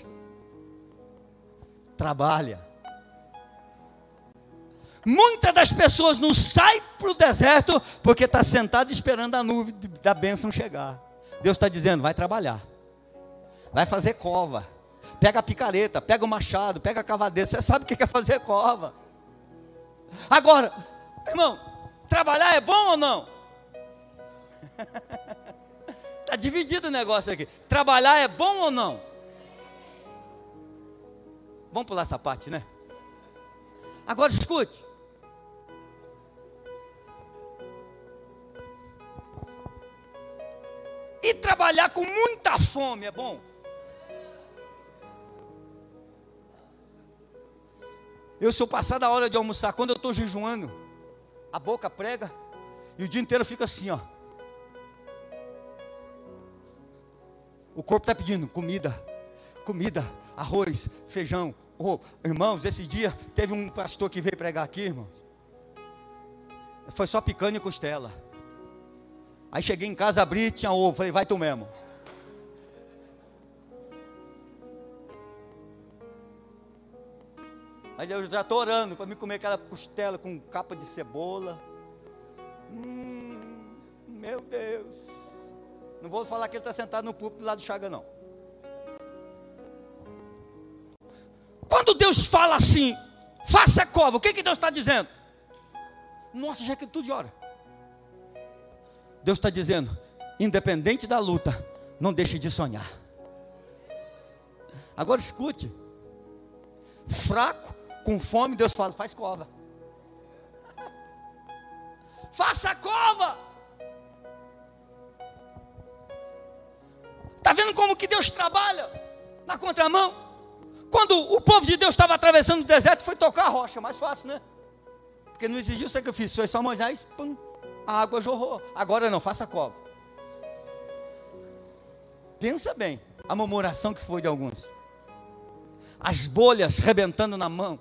Trabalha. Muitas das pessoas não saem para o deserto porque está sentado esperando a nuvem da bênção chegar. Deus está dizendo: vai trabalhar, vai fazer cova, pega a picareta, pega o machado, pega a cavadeira. Você sabe o que é fazer cova. Agora, irmão, trabalhar é bom ou não? Está dividido o negócio aqui. Trabalhar é bom ou não? Vamos pular essa parte, né? Agora escute. E trabalhar com muita fome é bom? Eu sou passado a hora de almoçar, quando eu estou jejuando, a boca prega e o dia inteiro fica assim, ó. O corpo está pedindo comida, comida, arroz, feijão. Oh, irmãos, esse dia teve um pastor que veio pregar aqui, irmãos. Foi só picanha e costela. Aí cheguei em casa, abri, tinha ovo. Falei: vai tu mesmo. Mas eu já estou orando para me comer aquela costela com capa de cebola. Hum, meu Deus. Não vou falar que ele está sentado no púlpito do lado do Chaga, não. Quando Deus fala assim, faça a cova, o que, que Deus está dizendo? Nossa, já que tudo de hora. Deus está dizendo, independente da luta, não deixe de sonhar. Agora escute. Fraco, com fome, Deus fala, faz cova. Faça a cova. Está vendo como que Deus trabalha na contramão? Quando o povo de Deus estava atravessando o deserto, foi tocar a rocha, mais fácil, né? Porque não exigiu sacrifício, foi só Moisés, pum, a água jorrou. Agora não, faça a cova. Pensa bem, a murmuração que foi de alguns. As bolhas rebentando na mão.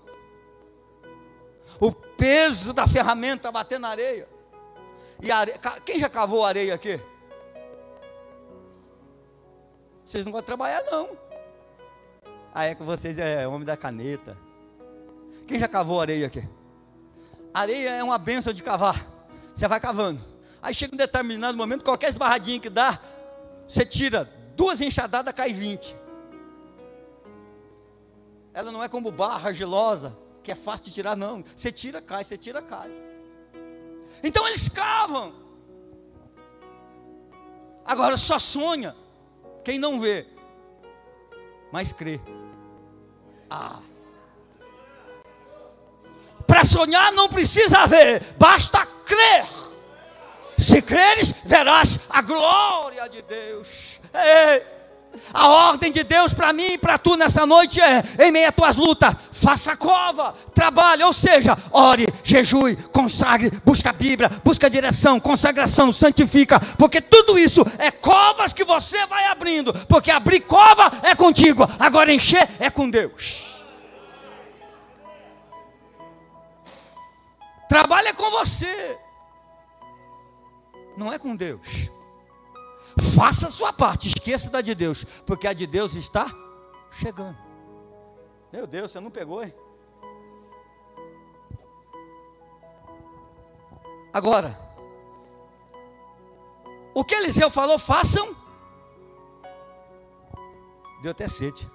O peso da ferramenta batendo na areia. E a areia, quem já cavou areia aqui? Vocês não vão trabalhar não. Ah, é que vocês é homem da caneta. Quem já cavou areia aqui? Areia é uma benção de cavar. Você vai cavando. Aí chega um determinado momento, qualquer esbarradinha que dá, você tira duas enxadadas, cai vinte. Ela não é como barra argilosa, que é fácil de tirar, não. Você tira, cai, você tira, cai. Então eles cavam. Agora só sonha quem não vê, mas crê. Ah. Para sonhar não precisa ver, basta crer. Se creres, verás a glória de Deus. Ei. A ordem de Deus para mim e para tu nessa noite é, em meio a tuas lutas, faça a cova, trabalhe, ou seja, ore, jejue, consagre, busca a Bíblia, busca a direção, consagração, santifica, porque tudo isso é covas que você vai abrindo, porque abrir cova é contigo, agora encher é com Deus. Trabalho é com você, não é com Deus. Faça a sua parte, esqueça da de Deus, porque a de Deus está chegando. Meu Deus, você não pegou, hein? Agora, o que Eliseu falou, façam. Deu até sede.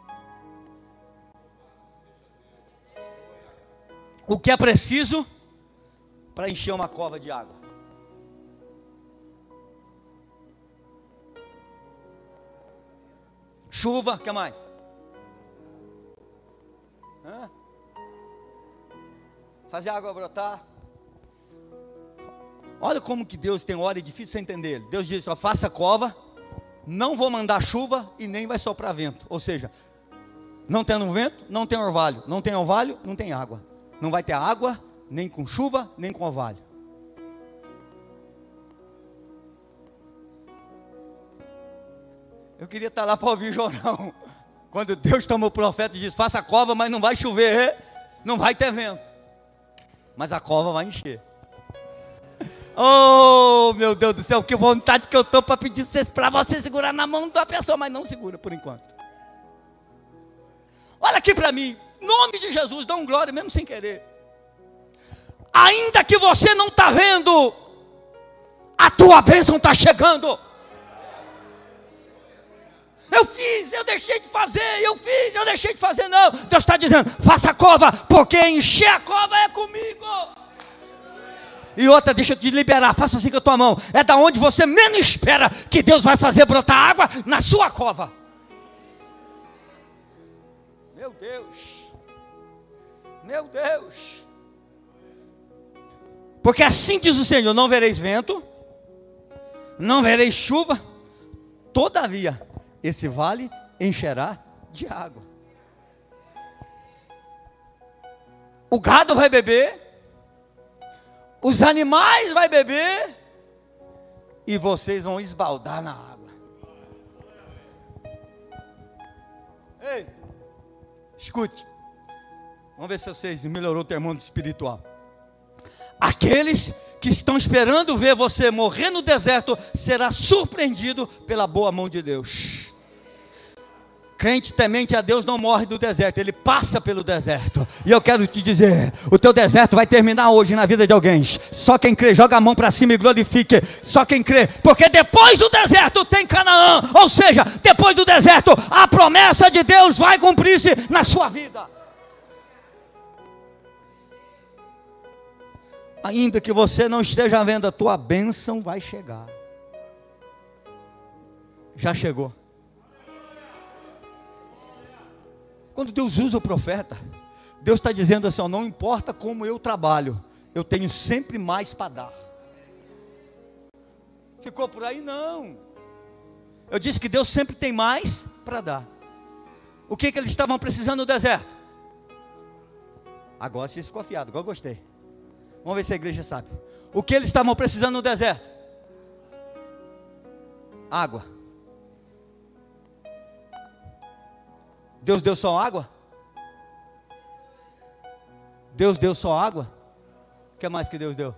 O que é preciso para encher uma cova de água? Chuva, o que mais? Hã? Fazer a água brotar. Olha como que Deus tem hora, é difícil você entender. Deus diz, só faça cova, não vou mandar chuva e nem vai soprar vento. Ou seja, não tendo vento, não tem orvalho. Não tem orvalho, não tem água. Não vai ter água, nem com chuva, nem com orvalho. Eu queria estar lá para ouvir Jorão. Quando Deus toma o profeta e diz, faça a cova, mas não vai chover, não vai ter vento. Mas a cova vai encher. Oh, meu Deus do céu, que vontade que eu estou para pedir para você segurar na mão da pessoa, mas não segura por enquanto. Olha aqui para mim, em nome de Jesus, dá um glória mesmo sem querer. Ainda que você não está vendo, a tua bênção está chegando. Eu fiz, eu deixei de fazer, eu fiz, eu deixei de fazer, não. Deus está dizendo, faça a cova, porque encher a cova é comigo. E outra, deixa eu te liberar, faça assim com a tua mão. É da onde você menos espera que Deus vai fazer brotar água na sua cova. Meu Deus, meu Deus. Porque assim diz o Senhor, não vereis vento, não vereis chuva, todavia esse vale encherá de água. O gado vai beber, os animais vão beber, e vocês vão esbaldar na água. Ei, escute. Vamos ver se vocês melhorou o termômetro espiritual. Aqueles que estão esperando ver você morrer no deserto, será surpreendido pela boa mão de Deus. Crente temente a Deus não morre do deserto, ele passa pelo deserto. E eu quero te dizer, o teu deserto vai terminar hoje na vida de alguém. Só quem crê, joga a mão para cima e glorifique. Só quem crê, porque depois do deserto tem Canaã. Ou seja, depois do deserto, a promessa de Deus vai cumprir-se na sua vida. Ainda que você não esteja vendo, a tua bênção vai chegar. Já chegou. Quando Deus usa o profeta, Deus está dizendo assim, ó, não importa como eu trabalho, eu tenho sempre mais para dar. Ficou por aí? Não. Eu disse que Deus sempre tem mais para dar. O que, que eles estavam precisando no deserto? Agora você ficou afiado, agora eu gostei. Vamos ver se a igreja sabe. O que eles estavam precisando no deserto? Água. Deus deu só água? Deus deu só água? O que mais que Deus deu?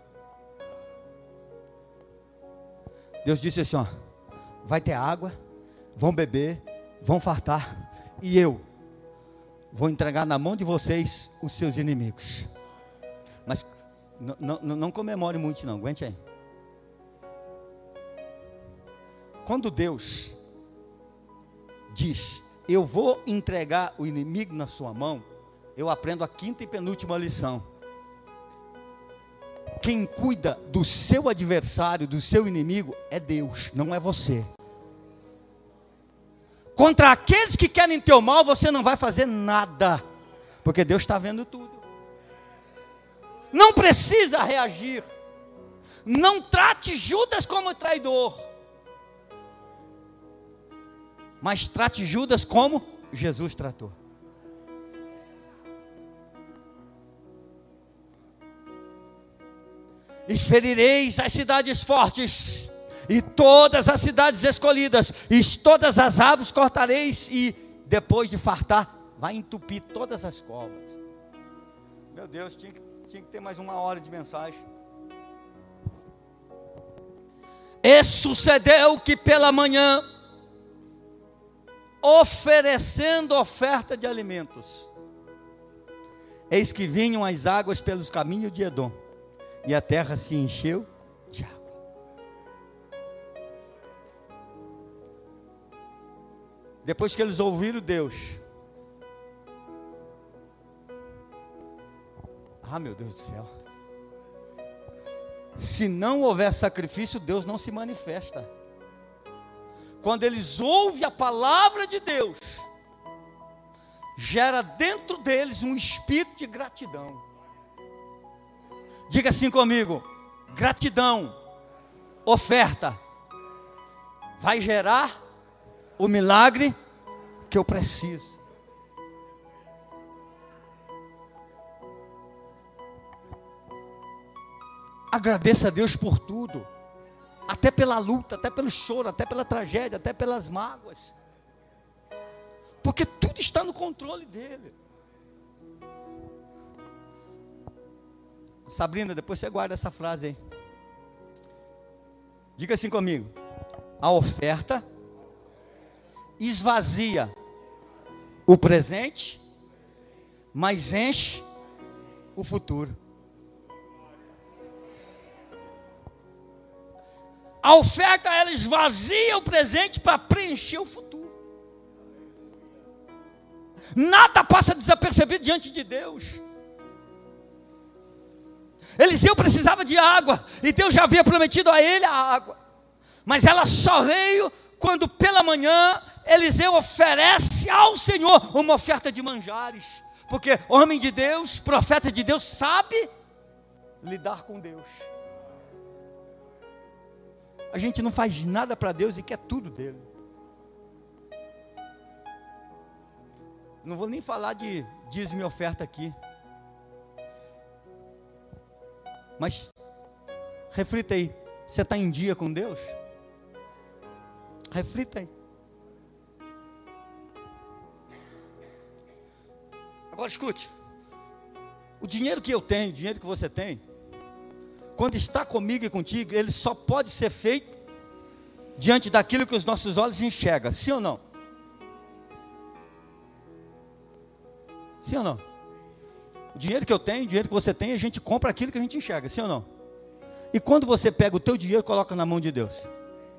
Deus disse assim, ó, vai ter água, vão beber, vão fartar, e eu vou entregar na mão de vocês os seus inimigos. Mas não, não, não comemore muito não, aguente aí. Quando Deus diz, eu vou entregar o inimigo na sua mão, eu aprendo a quinta e penúltima lição. Quem cuida do seu adversário, do seu inimigo, é Deus, não é você. Contra aqueles que querem teu mal, você não vai fazer nada, porque Deus está vendo tudo. Não precisa reagir. Não trate Judas como traidor, mas trate Judas como Jesus tratou. E ferireis as cidades fortes, e todas as cidades escolhidas, e todas as árvores cortareis, e depois de fartar, vai entupir todas as covas. Meu Deus, tinha que, tinha que ter mais uma hora de mensagem. E sucedeu que pela manhã, oferecendo oferta de alimentos, eis que vinham as águas pelos caminhos de Edom, e a terra se encheu de água. Depois que eles ouviram Deus, ah, meu Deus do céu, se não houver sacrifício, Deus não se manifesta. Quando eles ouvem a palavra de Deus, gera dentro deles um espírito de gratidão. Diga assim comigo: gratidão, oferta, vai gerar o milagre que eu preciso. Agradeça a Deus por tudo, até pela luta, até pelo choro, até pela tragédia, até pelas mágoas, porque tudo está no controle dele. Sabrina, depois você guarda essa frase aí. Diga assim comigo: a oferta esvazia o presente, mas enche o futuro. A oferta, ela esvazia o presente para preencher o futuro. Nada passa desapercebido diante de Deus. Eliseu precisava de água, e Deus já havia prometido a ele a água, mas ela só veio quando pela manhã Eliseu oferece ao Senhor uma oferta de manjares, porque homem de Deus, profeta de Deus, sabe lidar com Deus. A gente não faz nada para Deus e quer tudo dele. Não vou nem falar de dízimo e oferta aqui, mas reflita aí, você está em dia com Deus? Reflita aí. Agora escute, o dinheiro que eu tenho, o dinheiro que você tem, quando está comigo e contigo, ele só pode ser feito diante daquilo que os nossos olhos enxergam, sim ou não? Sim ou não? O dinheiro que eu tenho, o dinheiro que você tem, a gente compra aquilo que a gente enxerga, sim ou não? E quando você pega o teu dinheiro e coloca na mão de Deus?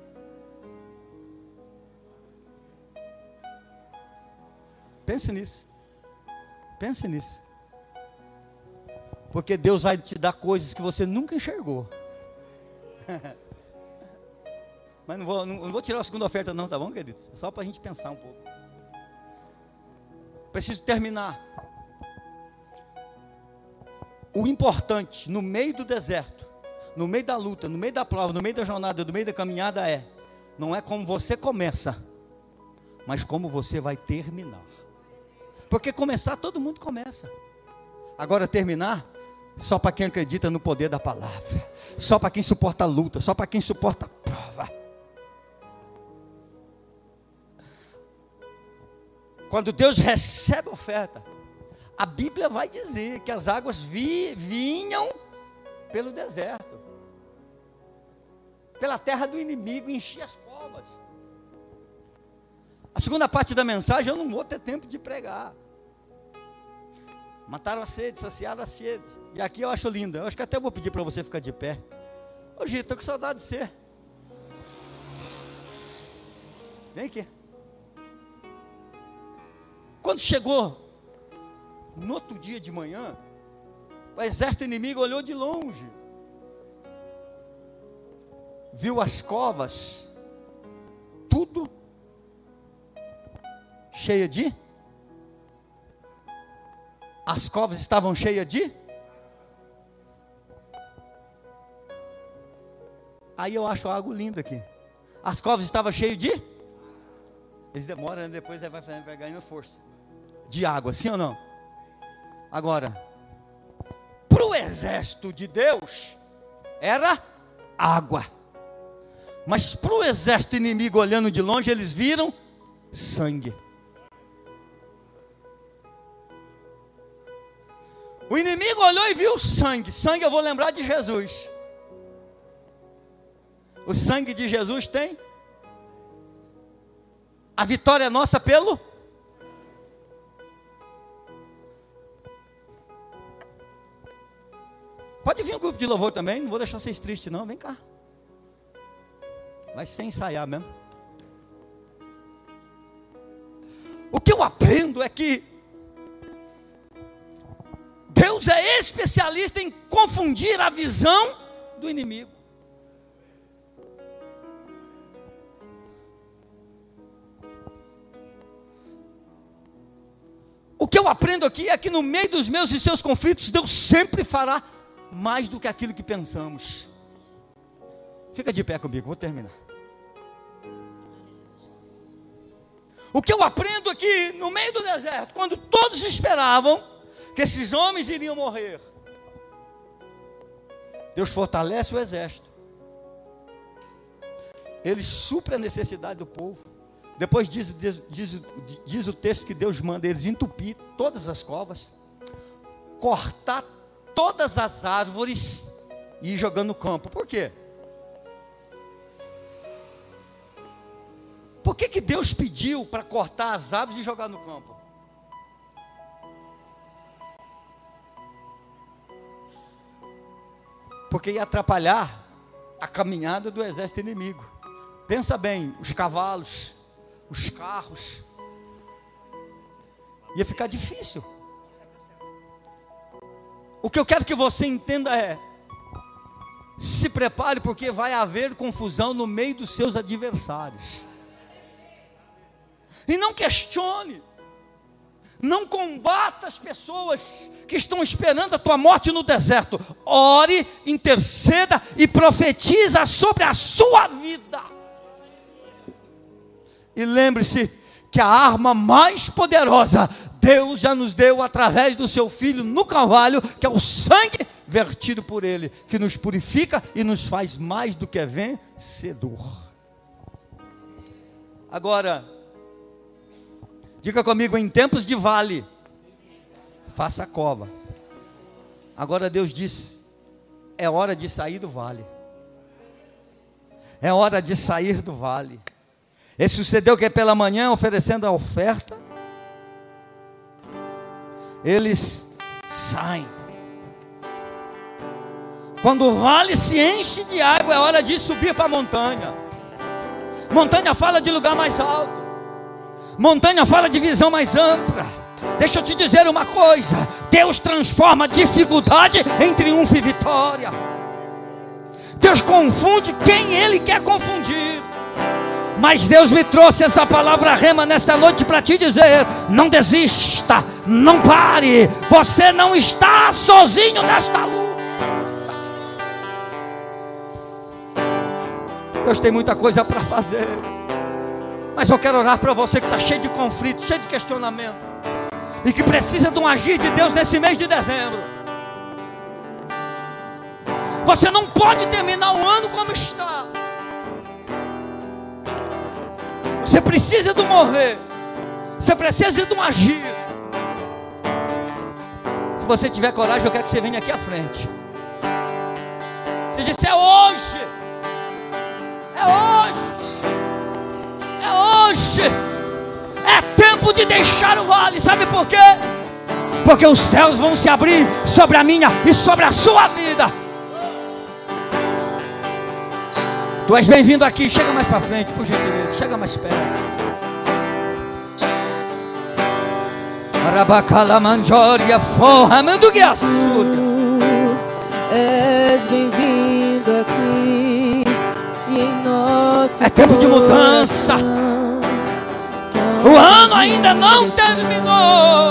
Pense nisso. Pense nisso. Porque Deus vai te dar coisas que você nunca enxergou. Mas não vou, não, não vou tirar a segunda oferta não, tá bom, queridos? É só para a gente pensar um pouco. Preciso terminar. O importante, no meio do deserto, no meio da luta, no meio da prova, no meio da jornada, no meio da caminhada é, não é como você começa, mas como você vai terminar. Porque começar, todo mundo começa. Agora terminar, só para quem acredita no poder da palavra, só para quem suporta a luta, só para quem suporta a prova. Quando Deus recebe a oferta, a Bíblia vai dizer que as águas vi, vinham pelo deserto, pela terra do inimigo, enchia as covas. A segunda parte da mensagem eu não vou ter tempo de pregar. Mataram a sede, saciaram a sede. E aqui eu acho lindo, eu acho que até vou pedir para você ficar de pé. Ô Gito, estou com saudade de você. Vem aqui. Quando chegou no outro dia de manhã, o exército inimigo olhou de longe, viu as covas, tudo cheia de, as covas estavam cheias de, aí eu acho algo lindo aqui, as covas estavam cheias de, eles demoram, né? Depois vai, vai ganhando força, de água, sim ou não? Agora, para o exército de Deus, era água. Mas para o exército inimigo, olhando de longe, eles viram sangue. O inimigo olhou e viu sangue. Sangue, eu vou lembrar de Jesus. O sangue de Jesus tem a vitória nossa pelo... Pode vir o grupo de louvor também, não vou deixar vocês tristes não, vem cá. Vai sem ensaiar mesmo. O que eu aprendo é que Deus é especialista em confundir a visão do inimigo. O que eu aprendo aqui é que no meio dos meus e seus conflitos, Deus sempre fará mais do que aquilo que pensamos. Fica de pé comigo, vou terminar. O que eu aprendo aqui no meio do deserto, quando todos esperavam que esses homens iriam morrer, Deus fortalece o exército, Ele supre a necessidade do povo. Depois diz, diz, diz, diz o texto que Deus manda eles entupir todas as covas, cortar todas as árvores e ir jogando no campo. Por quê? Por que que Deus pediu para cortar as árvores e jogar no campo? Porque ia atrapalhar a caminhada do exército inimigo. Pensa bem, os cavalos, os carros, ia ficar difícil. O que eu quero que você entenda é: se prepare, porque vai haver confusão no meio dos seus adversários. E não questione, não combata as pessoas que estão esperando a tua morte no deserto. Ore, interceda e profetiza sobre a sua vida. E lembre-se que a arma mais poderosa Deus já nos deu através do seu Filho no Calvário, que é o sangue vertido por Ele, que nos purifica e nos faz mais do que vencedor. Agora, diga comigo: em tempos de vale, faça a cova. Agora Deus diz: é hora de sair do vale. É hora de sair do vale. E sucedeu que pela manhã, oferecendo a oferta, eles saem. Quando o vale se enche de água, é hora de subir para a montanha. Montanha fala de lugar mais alto. Montanha fala de visão mais ampla. Deixa eu te dizer uma coisa: Deus transforma dificuldade em triunfo e vitória. Deus confunde quem Ele quer confundir. Mas Deus me trouxe essa palavra rema nesta noite para te dizer: não desista, não pare. Você não está sozinho nesta luta. Deus tem muita coisa para fazer, mas eu quero orar para você que está cheio de conflito, cheio de questionamento, e que precisa de um agir de Deus nesse mês de dezembro. Você não pode terminar o ano como está. Você precisa de um mover. Você precisa de um agir. Se você tiver coragem, eu quero que você venha aqui à frente. Você disse: é hoje. É hoje. É hoje. É tempo de deixar o vale. Sabe por quê? Porque os céus vão se abrir sobre a minha e sobre a sua vida. Tu és bem-vindo aqui. Chega mais para frente, por gentileza. Chega mais perto. Arabacala manjoria forra mando que açúcar. És bem-vindo aqui e em nosso é tempo de mudança. O ano ainda não terminou.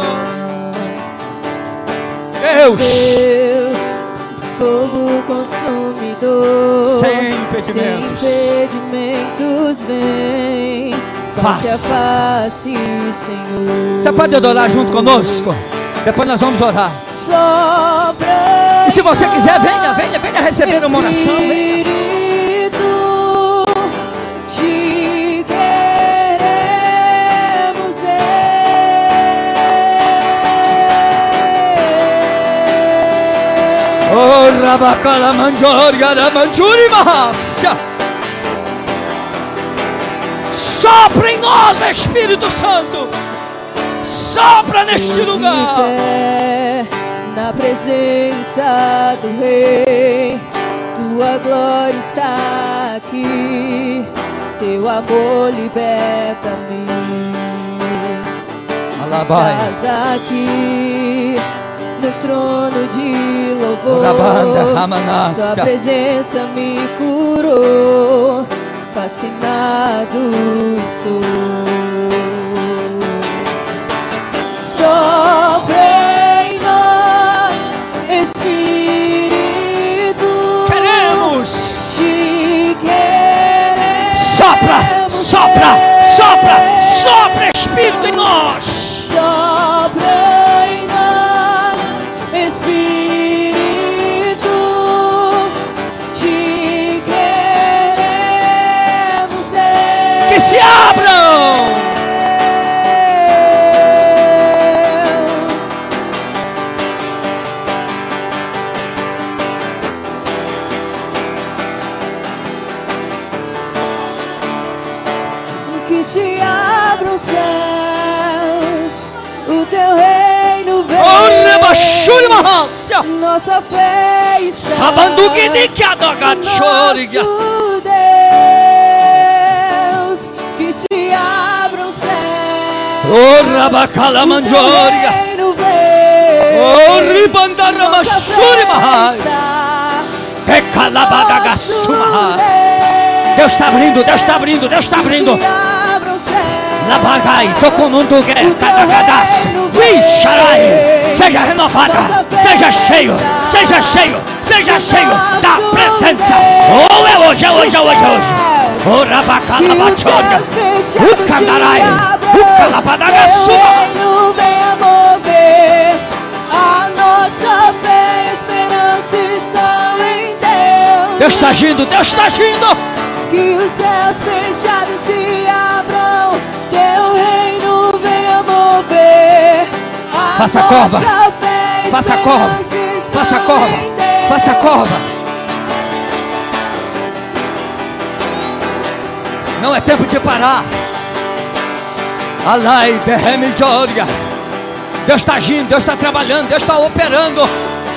Deus, Deus, fogo consumidor, sem impedimentos, sem impedimentos vem face a face, Senhor. Você pode adorar junto conosco? Depois nós vamos orar. Sopra. E se você quiser, venha, venha, venha receber uma oração. Venha. Te queremos ver. Oh, Rabacala Manjoria da Manjuri Mahasya. Sopra em nós, Espírito Santo. Sopra neste lugar. Na presença do Rei, tua glória está aqui. Teu amor liberta-me. Estás aqui no trono de louvor. Tua presença me curou. Fascinado estou. Sopra em nós, Espírito. Queremos. Te queremos. Sopra, sopra, sopra, sopra, Espírito em nós. Sopra em nós, Espírito. Te queremos ver. Que se abram. Que se abram os céus, o teu reino vem. Nossa fé está no nosso Deus. Que se abram os céus, oh, Rabacala o teu Manjoria. reino vem. Oh, Ribandara Nossa Mashuri fé Mahai. está Tekalabada no Gassumahai. nosso Deus está abrindo, Deus está abrindo, Deus está abrindo. Labagai, Tocomundo Gadagadas, Wisharai, seja renovada, seja cheio, seja cheio, seja cheio da presença. Oh, é hoje, é hoje, é hoje, é hoje. Oh, Rabacala Bachoria, o Candarai, o Calabadagassuma. Venha mover a nossa fé e esperança estão em Deus. Deus está agindo, Deus está agindo. Que os céus fechados se abram, teu reino venha mover. A faça a curva, fé, faça a curva, faça a curva, faça a curva. Não é tempo de parar. Alai de Remidioria. Deus está agindo, Deus está trabalhando, Deus está operando.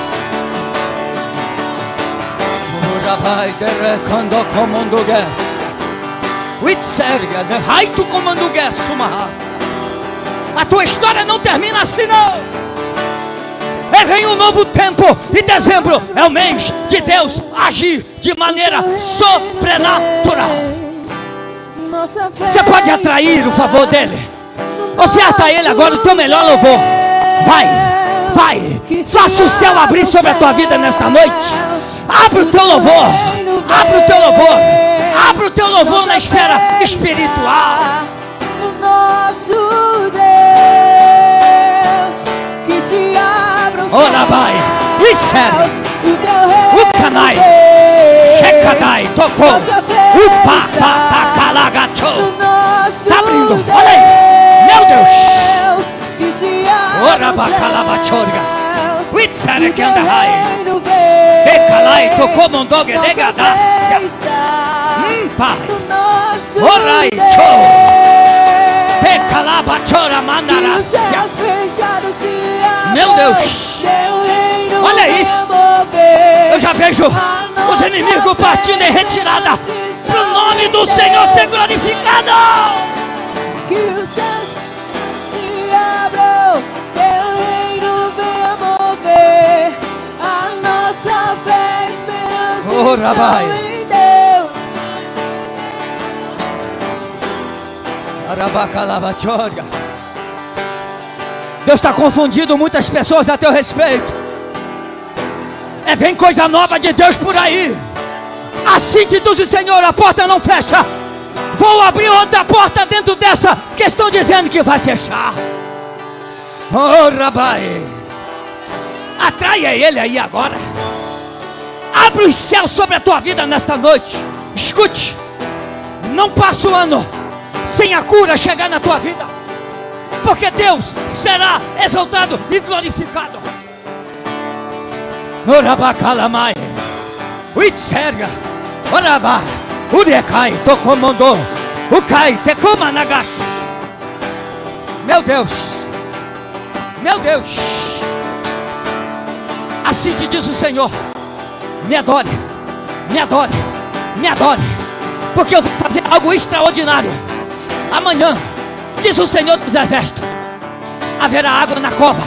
A tua história não termina assim, não. É, vem um novo tempo. E dezembro é o mês de Deus agir de maneira sobrenatural. Você pode atrair o favor dele. Oferta a ele agora o teu melhor louvor. Vai, vai. Faça o céu abrir sobre a tua vida nesta noite. Abre o teu louvor. Abre o teu louvor. Abre o teu louvor na esfera espiritual. No nosso Deus, que se abram os Ora vai. céus, o teu reino O canai. vem. Checadai. Tocou. Nossa fé O está papatacalagachou. no nosso Tá abrindo. Deus, Olha aí. Meu Deus. que se Ora abram os bacalabachorga. céus, Witsere o que teu anda rai. reino vem. Decalai. Tocou mondogue Nossa degadácia. fé está Hum, pai. no nosso Orai, Deus. Decalabachora Que os mandarácia. céus fechados se abram. Meu Deus. Teu reino Olha aí. vem mover. Eu já vejo os inimigos partindo em retirada para o nome do Senhor ser glorificado. Que os céus se abram, teu reino venha mover. A nossa fé, esperança Oh, está Rabai. em Deus. Arabacalabachorga. Deus está confundindo muitas pessoas a teu respeito. É, vem coisa nova de Deus por aí. Assim que diz o Senhor, a porta não fecha. Vou abrir outra porta dentro dessa que estão dizendo que vai fechar. Oh, Rabai. Atraia ele aí agora. Abre os céus sobre a tua vida nesta noite. Escute. Não passa o ano sem a cura chegar na tua vida. Porque Deus será exaltado e glorificado. Orabacalamai. Uitserga. Oraba. Urekai. Tokomondô. Ukai. Tekomanagash. Meu Deus. Meu Deus. Assim te diz o Senhor. Me adore. Me adore. Me adore. Porque eu vou fazer algo extraordinário. Amanhã, diz o Senhor dos Exércitos, haverá água na cova.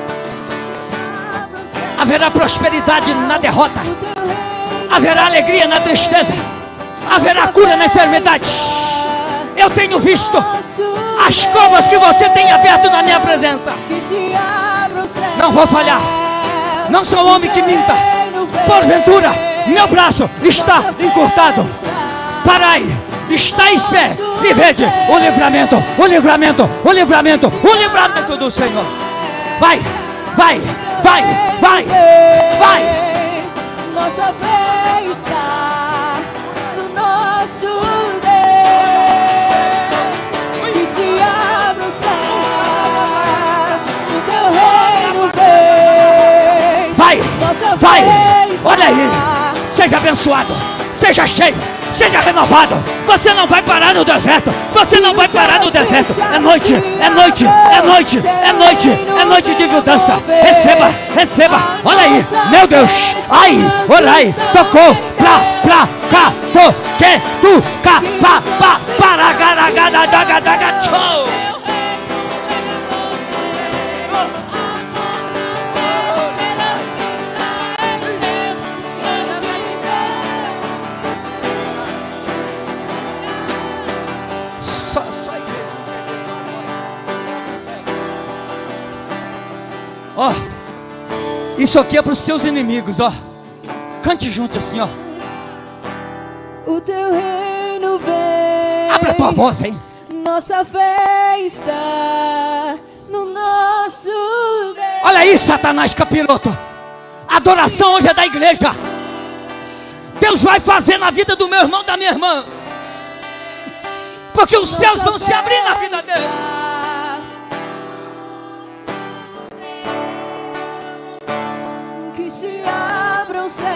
Haverá prosperidade na derrota. Haverá alegria na tristeza. Haverá cura na enfermidade. Eu tenho visto as covas que você tem aberto na minha presença. Não vou falhar. Não sou homem que minta. Porventura, meu braço está encurtado. Parai, está em pé e vede o livramento, o livramento, o livramento, o livramento do Senhor. Vai, vai, vai, vai, vai. Nossa fé está no nosso Deus. Que se abram os céus, o teu reino vem. Vai, Nossa vai, fé está. olha aí. Seja abençoado, seja cheio, seja renovado. Você não vai parar no deserto. Você não vai parar no deserto. É noite, é noite, é noite, é noite, é noite de mudança. Receba, receba. Olha aí, meu Deus. Ai, orai, tocou, pra, pra, cá, to, que, tu, cá, pa, pa, para, gara, gara, daga, daga, tchau. Ó, isso aqui é para os seus inimigos, ó. Cante junto assim, ó. O teu reino vem. Abre a tua voz, hein? Nossa fé está no nosso Deus. Olha aí, Satanás capiroto. A adoração hoje é da igreja. Deus vai fazer na vida do meu irmão, da minha irmã. Porque os céus vão se abrir na vida dele. Que se abram os céus,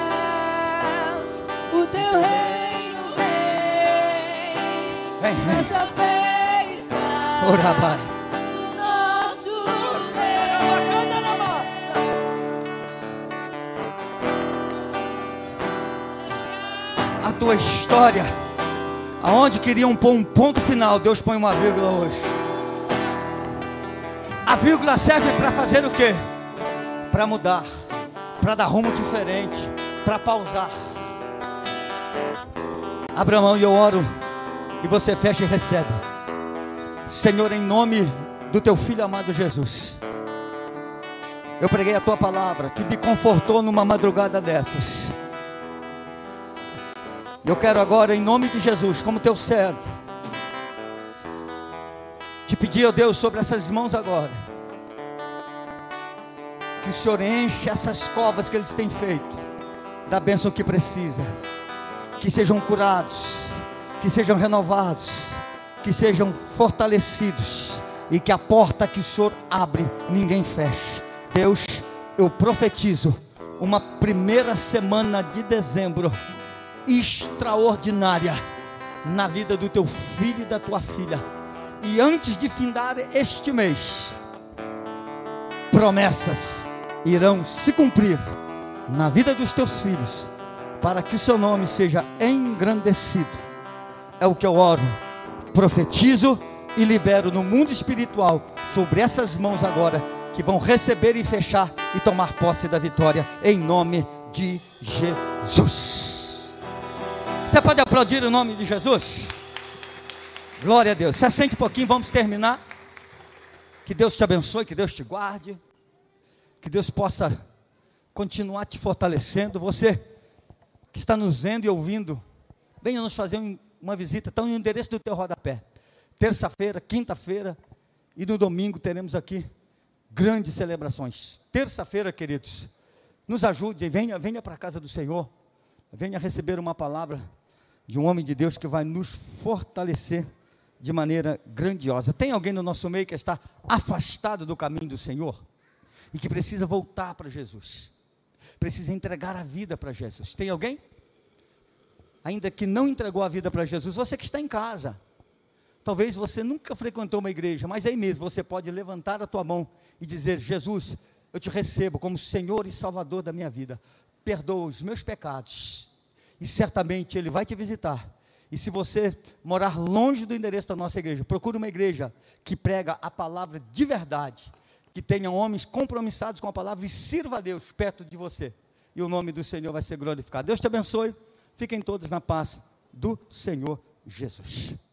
o teu reino vem. Vem, vem. Nossa fé está Ora, Pai. no nosso Deus. a tua história. Aonde queriam pôr um ponto final, Deus põe uma vírgula hoje. A vírgula serve para fazer o quê? Para mudar, para dar rumo diferente, para pausar. Abra a mão e eu oro, e você fecha e recebe. Senhor, em nome do teu filho amado Jesus, eu preguei a tua palavra, que me confortou numa madrugada dessas. Eu quero agora, em nome de Jesus, como teu servo, te pedir, ó Deus, sobre essas mãos agora, que o Senhor enche essas covas que eles têm feito, da bênção que precisa, que sejam curados, que sejam renovados, que sejam fortalecidos, e que a porta que o Senhor abre, ninguém feche. Deus, eu profetizo uma primeira semana de dezembro extraordinária na vida do teu filho e da tua filha. E antes de findar este mês, promessas irão se cumprir na vida dos teus filhos, para que o seu nome seja engrandecido. É o que eu oro, profetizo e libero no mundo espiritual sobre essas mãos agora, que vão receber e fechar e tomar posse da vitória, em nome de Jesus. Você pode aplaudir o nome de Jesus? Glória a Deus. Se assente um pouquinho, vamos terminar. Que Deus te abençoe, que Deus te guarde, que Deus possa continuar te fortalecendo. Você que está nos vendo e ouvindo, venha nos fazer um, uma visita. Está no endereço do teu rodapé. Terça-feira, quinta-feira e no domingo teremos aqui grandes celebrações. Terça-feira, queridos, nos ajude, venha, venha para a casa do Senhor, venha receber uma palavra de um homem de Deus que vai nos fortalecer de maneira grandiosa. Tem alguém no nosso meio que está afastado do caminho do Senhor e que precisa voltar para Jesus, precisa entregar a vida para Jesus? Tem alguém ainda que não entregou a vida para Jesus? Você que está em casa, talvez você nunca frequentou uma igreja, mas aí mesmo você pode levantar a tua mão e dizer: Jesus, eu te recebo como Senhor e Salvador da minha vida, perdoa os meus pecados, e certamente Ele vai te visitar. E se você morar longe do endereço da nossa igreja, procure uma igreja que prega a palavra de verdade, que tenha homens compromissados com a palavra, e sirva a Deus perto de você, e o nome do Senhor vai ser glorificado. Deus te abençoe, fiquem todos na paz do Senhor Jesus.